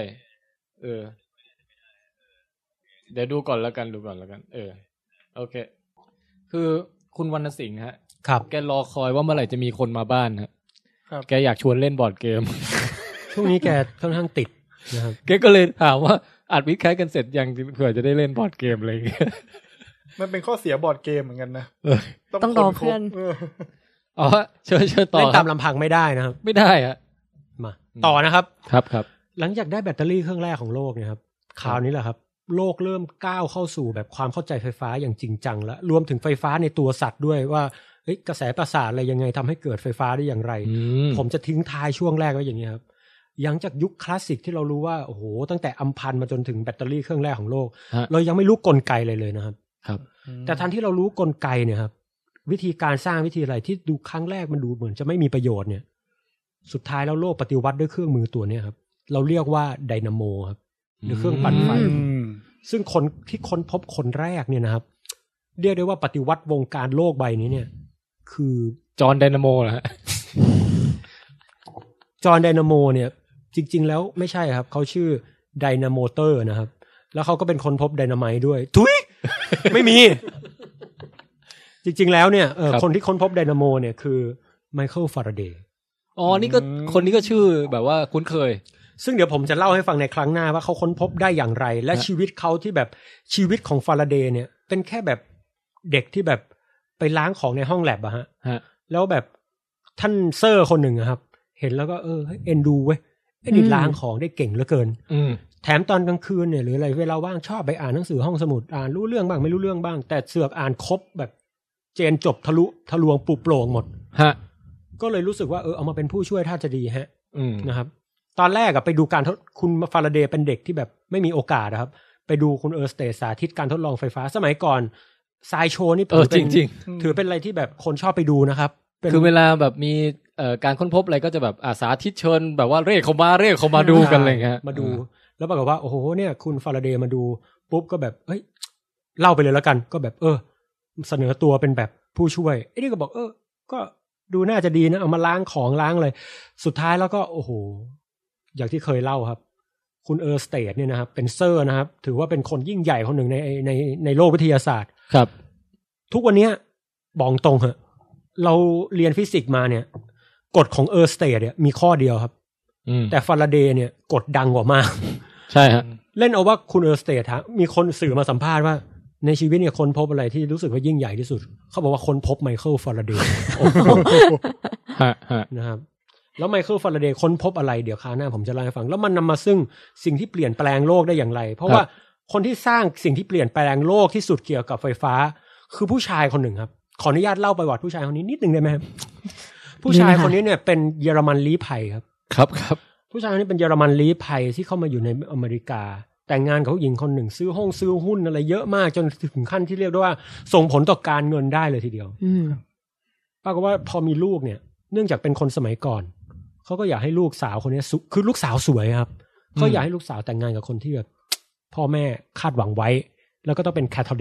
เดี๋ยวดูก่อนแล้วกันโอเคคือคุณวรรณสิงห์ฮะครับแกรอคอยว่าเมื่อไหร่จะมีคนมาบ้านฮะแกอยากชวนเล่นบอร์ดเกมช่วงนี้แกค่อนข้างติดนะครับแกก็เลยถามว่าอัดวิดแคสกันเสร็จยังเผื่อจะได้เล่นบอร์ดเกมอะไรอย่างเงี้ยมันเป็นข้อเสียบอร์ดเกมเหมือนกันนะต้องรอเพื่อนเชิญต่อเล่นตามลำพังไม่ได้นะครับไม่ได้อะมาต่อนะครับครับหลังจากได้แบตเตอรี่เครื่องแรกของโลกเนี่ยครับคราวนี้แหละครับโลกเริ่มก้าวเข้าสู่แบบความเข้าใจไฟฟ้าอย่างจริงจังแล้วรวมถึงไฟฟ้าในตัวสัตว์ด้วยว่ากระแสประสาทอะไรยังไงทำให้เกิดไฟฟ้าได้อย่างไรผมจะทิ้งท้ายช่วงแรกไว้อย่างนี้ครับหลังจากยุคคลาสสิกที่เรารู้ว่าโอ้โหตั้งแต่อัมพันธ์มาจนถึงแบตเตอรี่เครื่องแรกของโลกเรายังไม่รู้กลไกเลยนะครับแต่ทันที่เรารู้กลไกเนี่ยครับวิธีการสร้างวิธีอะไรที่ดูครั้งแรกมันดูเหมือนจะไม่มีประโยชน์เนี่ยสุดท้ายแล้วโลกปฏิวัติด้วยเครื่องมือตัวนี้ครับเราเรียกว่าไดนาโมครับหรือเครื่องปั่นไฟซึ่งคนที่ค้นพบคนแรกเนี่ยนะครับเรียกได้ว่าปฏิวัติวงการโลกใบนี้เนี่ยคือจอห์นไดนาโมเหรอฮะจอห์นไดนาโมเนี่ยจริงๆแล้วไม่ใช่ครับเขาชื่อไดนาโมเตอร์นะครับแล้วเขาก็เป็นคนพบไดนาไมต์ด้วยทุย ไม่มีจริงๆแล้วเนี่ยคนที่ค้นพบไดนาโมเนี่ยคือไมเคิลฟาราเดย์นี่ก็คนนี้ก็ชื่อแบบว่าคุ้นเคยซึ่งเดี๋ยวผมจะเล่าให้ฟังในครั้งหน้าว่าเขาค้นพบได้อย่างไรและชีวิตเขาที่แบบชีวิตของฟาราเดย์เนี่ยเป็นแค่แบบเด็กที่แบบไปล้างของในห้องแลบอะฮะแล้วแบบท่านเซอร์คนหนึ่งครับเห็นแล้วก็เอ็นดูเว้ยไอ้นี่ล้างของได้เก่งเหลือเกินแถมตอนกลางคืนเนี่ยหรืออะไรเวลาว่างชอบไปอ่านหนังสือห้องสมุดอ่านรู้เรื่องบ้างไม่รู้เรื่องบ้างแต่เสือกอ่านครบแบบเจนจบทะลวงปลุกโปร่งหมดก็เลยรู้สึกว่าเอามาเป็นผู้ช่วยถ้าจะดีฮะนะครับตอนแรกไปดูการคุณฟาราเดย์เป็นเด็กที่แบบไม่มีโอกาสนะครับไปดูคุณเออร์สเตสาธิตการทดลองไฟฟ้าสมัยก่อนไซโชว์นี่ถือเป็นอะไรที่แบบคนชอบไปดูนะครับคือเวลาแบบมีการค้นพบอะไรก็จะแบบสาธิตเชิญแบบว่าเรียกเขามาดูกันอะไรเงี้ยมาดูแล้วปรากฏว่าโอ้โหเนี่ยคุณฟาราเดย์มาดูปุ๊บก็แบบเฮ้ยเล่าไปเลยแล้วกันก็แบบเสนอตัวเป็นแบบผู้ช่วยไอ้นี่ก็บอกก็ดูน่าจะดีนะเอามาล้างของล้างเลยสุดท้ายแล้วก็โอ้โหอย่างที่เคยเล่าครับคุณเออร์สเตทเนี่ยนะครับเป็นเซอร์นะครับถือว่าเป็นคนยิ่งใหญ่คนหนึ่งในโลกวิทยาศาสตร์ครับทุกวันนี้บอกตรงเหอะเราเรียนฟิสิกส์มาเนี่ยกฎของเออร์สเตทเนี่ยมีข้อเดียวครับแต่ฟาราเดย์เนี่ยกฎดังกว่ามากใช่ฮะเล่นเอาว่าคุณเออร์สเตทฮะมีคนสื่อมาสัมภาษณ์ว่าในชีวิตเนี่ยคนพบอะไรที่รู้สึกว่ายิ่งใหญ่ที่สุดเขาบอกว่าคนพบไมเคิลฟาราเดย์นะครับแล้วไมเคิลฟาราเดย์ค้นพบอะไรเดี๋ยวคราวหน้าผมจะเล่าให้ฟังแล้วมันนำมาซึ่งสิ่งที่เปลี่ยนแปลงโลกได้อย่างไรเพราะว่าคนที่สร้างสิ่งที่เปลี่ยนแปลงโลกที่สุดเกี่ยวกับไฟฟ้าคือผู้ชายคนหนึ่งครับขออนุญาตเล่าประวัติผู้ชายคนนี้นิดนึงได้ไหมครับผู้ชายคนนี้เนี่ยเป็นเยอรมันลี้ภัยครับครับผู้ชายคนนี้เป็นเยอรมันลี้ภัยที่เข้ามาอยู่ในอเมริกาแต่งงานกับผู้หญิงคนหนึ่งซื้อหุ้นอะไรเยอะมากจนถึงขั้นที่เรียกได้ว่าส่งผลต่อการเงินได้เลยทีเดียวปรากฏว่าพอมีลูกเนี่ยเนื่องจากเป็นคนสมัยก่อนเขาก็อยากให้ลูกสาวคนนี้คือลูกสาวสวยครับเขาอยากให้ลูกสาวแต่งงานกับคนที่แบบพ่อแม่คาดหวังไว้แล้วก็ต้องเป็นคาทอลิก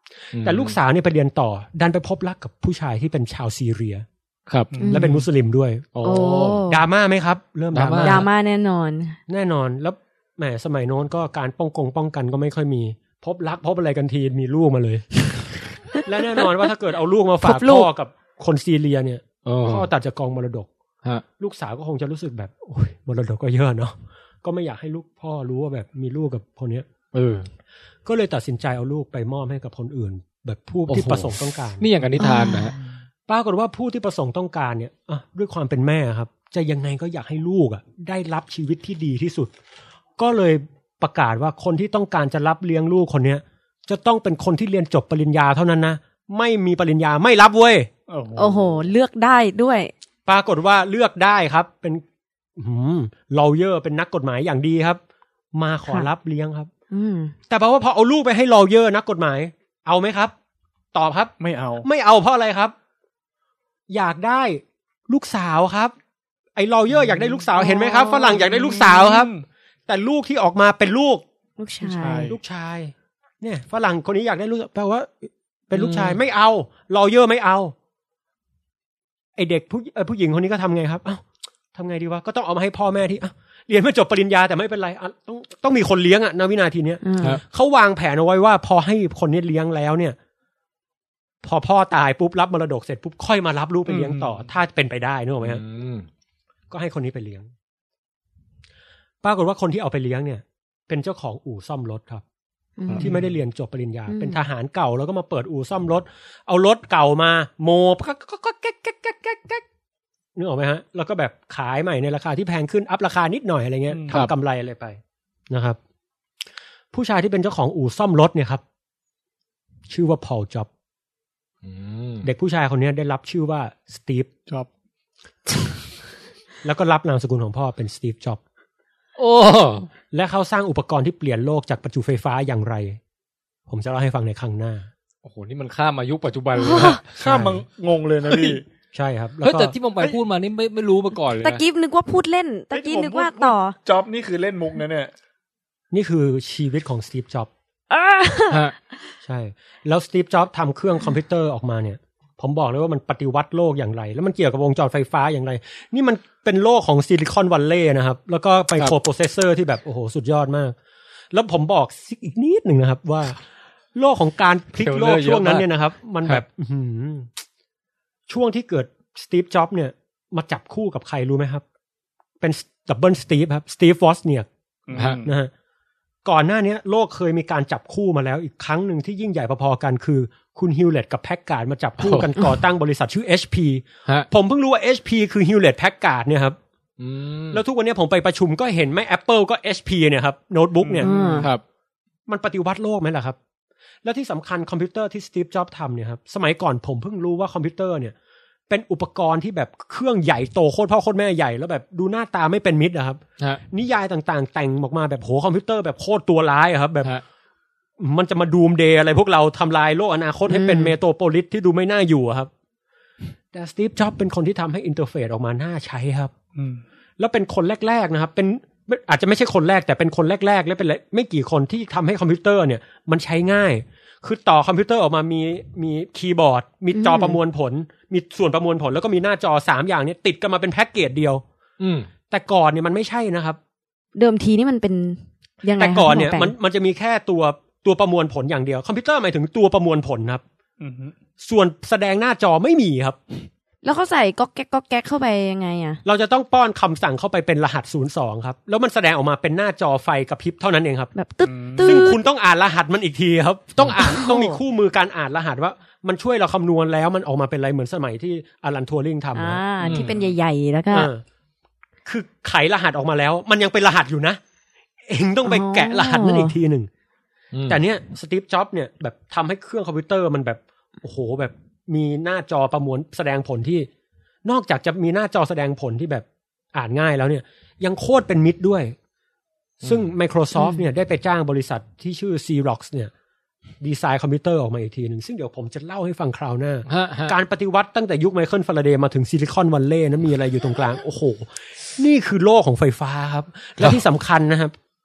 แต่ลูกสาวเนี่ยไปเรียนต่อดันไปพบรักกับผู้ชายที่เป็นชาวซีเรียครับและเป็นมุสลิมด้วยโอ้ดราม่าไหมครับเริ่มดราม่าแน่นอนแล้วแหมสมัยโน้นก็การป้องกันก็ไม่ค่อยมีพบรักพบอะไรกันทีมีลูกมาเลย และแน่นอนว่าถ้าเกิดเอาลูกมาฝากพ่อกับคนซีเรียเนี่ยพ่อตัดจากกองมรดกลูกสาวก็คงจะรู้สึกแบบโอ้ยมรดกก็เยอะเนาะก็ไม่อยากให้ลูกพ่อรู้ว่าแบบมีลูกกับคนเนี้ยก็เลยตัดสินใจเอาลูกไปมอบให้กับคนอื่นแบบผู้ที่ประสงค์ต้องการนี่อย่างกันนิทานนะฮะปรากฏว่าผู้ที่ประสงค์ต้องการเนี่ยด้วยความเป็นแม่ครับจะยังไงก็อยากให้ลูกได้รับชีวิตที่ดีที่สุดก็เลยประกาศว่าคนที่ต้องการจะรับเลี้ยงลูกคนเนี้ยจะต้องเป็นคนที่เรียนจบปริญญาเท่านั้นนะไม่มีปริญญาไม่รับเว้ยโอ้โหเลือกได้ด้วยปรากฏว่าเลือกได้ครับเป็นลอเยอร์เป็นนักกฎหมายอย่างดีครับมาขอรับเลี้ยงครับแต่แปลว่าพอเอาลูกไปให้ลอเยอร์นักกฎหมายเอาไหมครับตอบครับไม่เอาเพราะอะไรครับอยากได้ลูกสาวครับไอ้ลอเยอร์อยากได้ลูกสาวเห็นไหมครับฝรั่งอยากได้ลูกสาวครับแต่ลูกที่ออกมาเป็นลูกชายเนี่ยฝรั่งคนนี้อยากได้ลูกแปลว่าเป็นลูกชายไม่เอาลอเยอร์ไม่เอาไอเด็กผู้หญิงคนนี้ก็ทำไงครับทำไงดีวะก็ต้องเอามาให้พ่อแม่ที่เรียนไม่จบปริญญาแต่ไม่เป็นไรต้องมีคนเลี้ยงณวินาทีเนี้ยเขาวางแผนเอาไว้ว่าพอให้คนนี้เลี้ยงแล้วเนี่ยพอพ่อตายปุ๊บรับมรดกเสร็จปุ๊บค่อยมารับลูกไปเลี้ยงต่อถ้าเป็นไปได้นึกออกไหมฮะก็ให้คนนี้ไปเลี้ยงปรากฏว่าคนที่เอาไปเลี้ยงเนี่ยเป็นเจ้าของอู่ซ่อมรถครับที่ไม่ได้เรียนจบปริญญาเป็นทหารเก่าแล้วก็มาเปิดอู่ซ่อมรถเอารถเก่ามาโมก็แก๊กนึกออกไหมฮะแล้วก็แบบขายใหม่ในราคาที่แพงขึ้นอัพราคานิดหน่อยอะไรเงี้ยทำกำไรอะไรไปนะครับผู้ชายที่เป็นเจ้าของอู่ซ่อมรถเนี่ยครับชื่อว่าพอลจ็อบเด็กผู้ชายคนนี้ได้รับชื่อว่าสตีฟจ็อบแล้วก็รับนามสกุลของพ่อเป็นสตีฟจ็อบโอ้และเขาสร้างอุปกรณ์ที่เปลี่ยนโลกจากประจุไฟฟ้าอย่างไรผมจะเล่าให้ฟังในครั้งหน้าโอ้โหนี่มันข้ามมายุคปัจจุบันเลยนะข้ามมางงเลยนะพี่ใช่ครับแล้วแต่ที่ผมไปพูดมานี่ไม่รู้มาก่อนเลยตะกี้นึกว่าพูดเล่นตะกี้นึกว่าต่อจ็อบนี่คือเล่นมุกนะเนี่ยนี่คือชีวิตของสตีฟจ็อบใช่แล้วสตีฟจ็อบทำเครื่องคอมพิวเตอร์ออกมาเนี่ยผมบอกเลยว่ามันปฏิวัติโลกอย่างไรแล้วมันเกี่ยวกับวงจรไฟฟ้าอย่างไรนี่มันเป็นโลกของซิลิคอนวัลเลย์นะครับแล้วก็ไมโครโปรเซสเซอร์ที่แบบโอ้โหสุดยอดมากแล้วผมบอกอีกนิดหนึ่งนะครับว่าโลกของการพลิกโลกช่วงนั้นเนี่ยนะครับมันแบบช่วงที่เกิดสตีฟจ็อบเนี่ยมาจับคู่กับใครรู้ไหมครับเป็นดับเบิลสตีฟครับสตีฟวอสเนียกนะฮะก่อนหน้านี้โลกเคยมีการจับคู่มาแล้วอีกครั้งหนึ่งที่ยิ่งใหญ่พอๆกันคือคุณฮิวเลตกับแพ็กการ์ดมาจับคู่กันก่อตั้งบริษัทชื่อ HP ผมเพิ่งรู้ว่า HP คือฮิวเลตแพ็กการ์ดเนี่ยครับแล้วทุกวันนี้ผมไปประชุมก็เห็นไหม Apple ก็ HP เนี่ยครับโน้ตบุ๊กเนี่ยครับมันปฏิวัติโลกไหมล่ะครับแล้วที่สำคัญคอมพิวเตอร์ที่สตีฟจ็อบส์ทำเนี่ยครับสมัยก่อนผมเพิ่งรู้ว่าคอมพิวเตอร์เนี่ยเป็นอุปกรณ์ที่แบบเครื่องใหญ่โตโคตรพ่อโคตรแม่ใหญ่แล้วแบบดูหน้าตาไม่เป็นมิตรอะครับนิยายต่างๆแต่งออกมาแบบโหคอมพิวเตอร์แบบโคตรตัวร้ายอะครับแบบมันจะมาดูมเดย์อะไรพวกเราทำลายโลกอนาคตให้เป็นเมโทรโพลิสที่ดูไม่น่าอยู่ครับแต่สตีฟจ็อบส์เป็นคนที่ทำให้อินเทอร์เฟซออกมาน่าใช้ครับแล้วเป็นคนแรกๆนะครับเป็นอาจจะไม่ใช่คนแรกแต่เป็นคนแรกๆและเป็นไม่กี่คนที่ทำให้คอมพิวเตอร์เนี่ยมันใช้ง่ายคือต่อคอมพิวเตอร์ออกมามีคีย์บอร์ดมีจอประมวลผลมีส่วนประมวลผลแล้วก็มีหน้าจอ3อย่างนี้ติดกันมาเป็นแพ็กเกจเดียวแต่ก่อนเนี่ยมันไม่ใช่นะครับเดิมทีนี่มันเป็นยังไงแต่ก่อนเนี่ยมันจะมีแค่ตัวประมวลผลอย่างเดียวคอมพิวเตอร์หมายถึงตัวประมวลผลครับส่วนแสดงหน้าจอไม่มีครับแล้วเขาใส่ก๊อกแก๊กเข้าไปยังไงอ่ะเราจะต้องป้อนคำสั่งเข้าไปเป็นรหัส02ครับแล้วมันแสดงออกมาเป็นหน้าจอไฟกระพริบเท่านั้นเองครับแบบตึ๊ดซึ่งคุณต้องอ่านรหัสมันอีกทีครับต้องอ่านต้องมีคู่มือการอ่านรหัสว่ามันช่วยเราคำนวณแล้วมันออกมาเป็นอะไรเหมือนสมัยที่อลันทัวริงทำนะที่เป็นใหญ่ๆแล้วก็คือไขรหัสออกมาแล้วมันยังเป็นรหัสอยู่นะเองต้องไปแกะรหัสนั่นอีกทีหนึ่งแต่เนี้ยสตีฟจ็อบส์เนี่ยแบบทำให้เครื่องคอมพิวเตอร์มันแบบโอ้โหแบบมีหน้าจอประมวลแสดงผลที่นอกจากจะมีหน้าจอแสดงผลที่แบบอ่านง่ายแล้วเนี่ยยังโคตรเป็นมิตรด้วยซึ่ง Microsoft เนี่ยได้ไปจ้างบริษัทที่ชื่อ Xerox เนี่ยดีไซน์คอมพิวเตอร์ออกมาอีกทีนึงซึ่งเดี๋ยวผมจะเล่าให้ฟังคราวหน้าการปฏิวัติตั้งแต่ยุคไมเคิลฟาราเดย์มาถึงซิลิคอนวัลเลย์นั้นมีอะไรอยู่ตรงกลางโอ้โหนี่คือโลกของไฟฟ้าครับและที่สำคัญนะครับ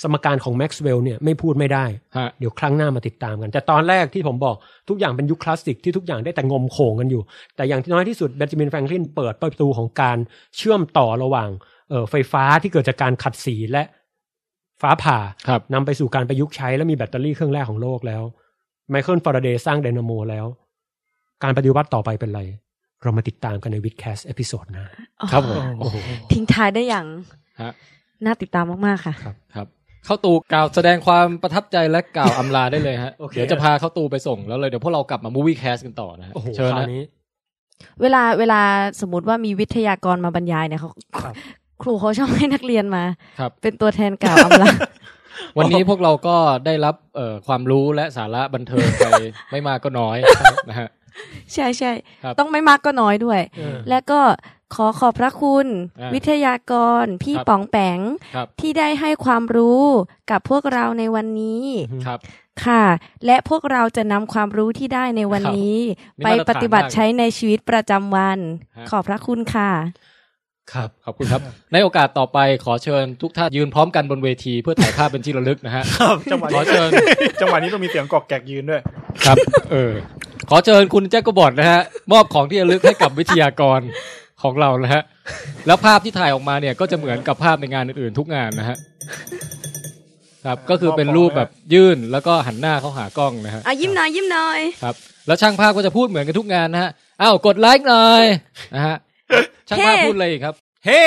สมการของแม็กซ์เวลล์เนี่ยไม่พูดไม่ได้เดี๋ยวครั้งหน้ามาติดตามกันแต่ตอนแรกที่ผมบอกทุกอย่างเป็นยุคคลาสสิกที่ทุกอย่างได้แต่งมโขงกันอยู่แต่อย่างน้อยที่สุดเบนจามินแฟรงคลินเปิดประตูของการเชื่อมต่อระหว่างไฟฟ้าที่เกิดจากการขัดสีและฟ้าผ่านำไปสู่การประยุกต์ใช้และมีแบตเตอรี่เครื่องแรกของโลกแล้วไมเคิลฟาราเดย์สร้างไดนาโมแล้วการปฏิวัติต่อไปเป็นไรเรามาติดตามกันในวิดแคสต์เอพิโซดนะครับผมทิ้งท้ายได้อย่างน่าติดตามมากๆค่ะครับเข้าตูกล่าวแสดงความประทับใจและกล่าวอำลาได้เลยฮะ เดี๋ยวจะพาเข้าตูไปส่งแล้วเลยเดี๋ยวพวกเรากลับมามูวี่แคสกันต่อนะฮะเชิญนะเวลาสมมติว่ามีวิทยากรมาบรรยายเนี่ยเขาครูเขาชอบให้นักเรียนมาเป็นตัวแทนกล่าวอำลาวันนี้พวกเราก็ได้รับความรู้และสาระบันเทิงไปไม่มากก็น้อยนะฮะใช่ๆต้องไม่มากก็น้อยด้วยและก็ขอบพระคุณวิทยากรพี่ป๋องแปงที่ได้ให้ความรู้กับพวกเราในวันนี้ค่ะและพวกเราจะนำความรู้ที่ได้ในวันนี้ไปปฏิบัติใช้ในชีวิตประจำวันขอบพระคุณค่ะครับขอบคุณครับในโอกาสต่อไปขอเชิญทุกท่านยืนพร้อมกันบนเวทีเพื่อถ่ายภาพเป็นที่ระลึกนะฮะครับขอเชิญจังหวะนี้ต้องมีเสียงกอกแกกยืนด้วยครับขอเชิญคุณแจ็คกบอดนะฮะมอบของที่ระลึกให้กับวิทยากรของเรานะฮะแล้วภาพที่ถ่ายออกมาเนี่ยก็จะเหมือนกับภาพในงานอื่นๆทุกงานนะฮะครับก็คือเป็นรูปแบบยื่นแล้วก็หันหน้าเข้าหากล้องนะฮะยิ้มหน่อยครับแล้วช่างภาพก็จะพูดเหมือนกันทุกงานนะฮะอ้าวกดไลค์หน่อยนะฮะช่างภาพพูดอะไรอีกครับเฮ้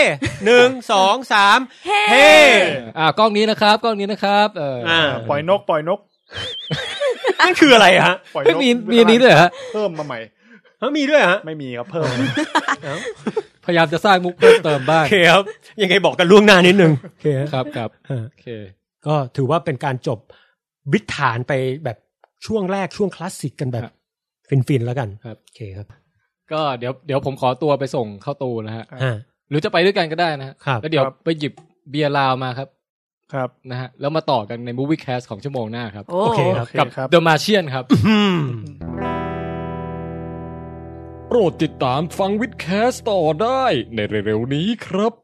1 2 3เฮ้กล้องนี้นะครับกล้องนี้นะครับปล่อยนกนั่นคืออะไรฮะไม่มีนี้ด้วยฮะเพิ่มมาใหม่มีด้วยฮะไม่มีครับเพิ่มพยายามจะสร้างมุกเพิ่มเติมบ้างโอเคครับยังไงบอกกันล่วงหน้านิดนึงโอเคครับโอเคก็ถือว่าเป็นการจบวิถฐานไปแบบช่วงแรกช่วงคลาสสิกกันแบบฟินๆแล้วกันครับโอเคครับก็เดี๋ยวผมขอตัวไปส่งเข้าตูนะฮะหรือจะไปด้วยกันก็ได้นะฮะแล้วเดี๋ยวไปหยิบเบียร์ลาวมาครับนะฮะแล้วมาต่อกันใน Movie Cast ของชั่วโมงหน้าครับโอเคครับกับ The Martian ครับโปรดติดตามฟังวิดแคสต์ต่อได้ในเร็วๆนี้ครับ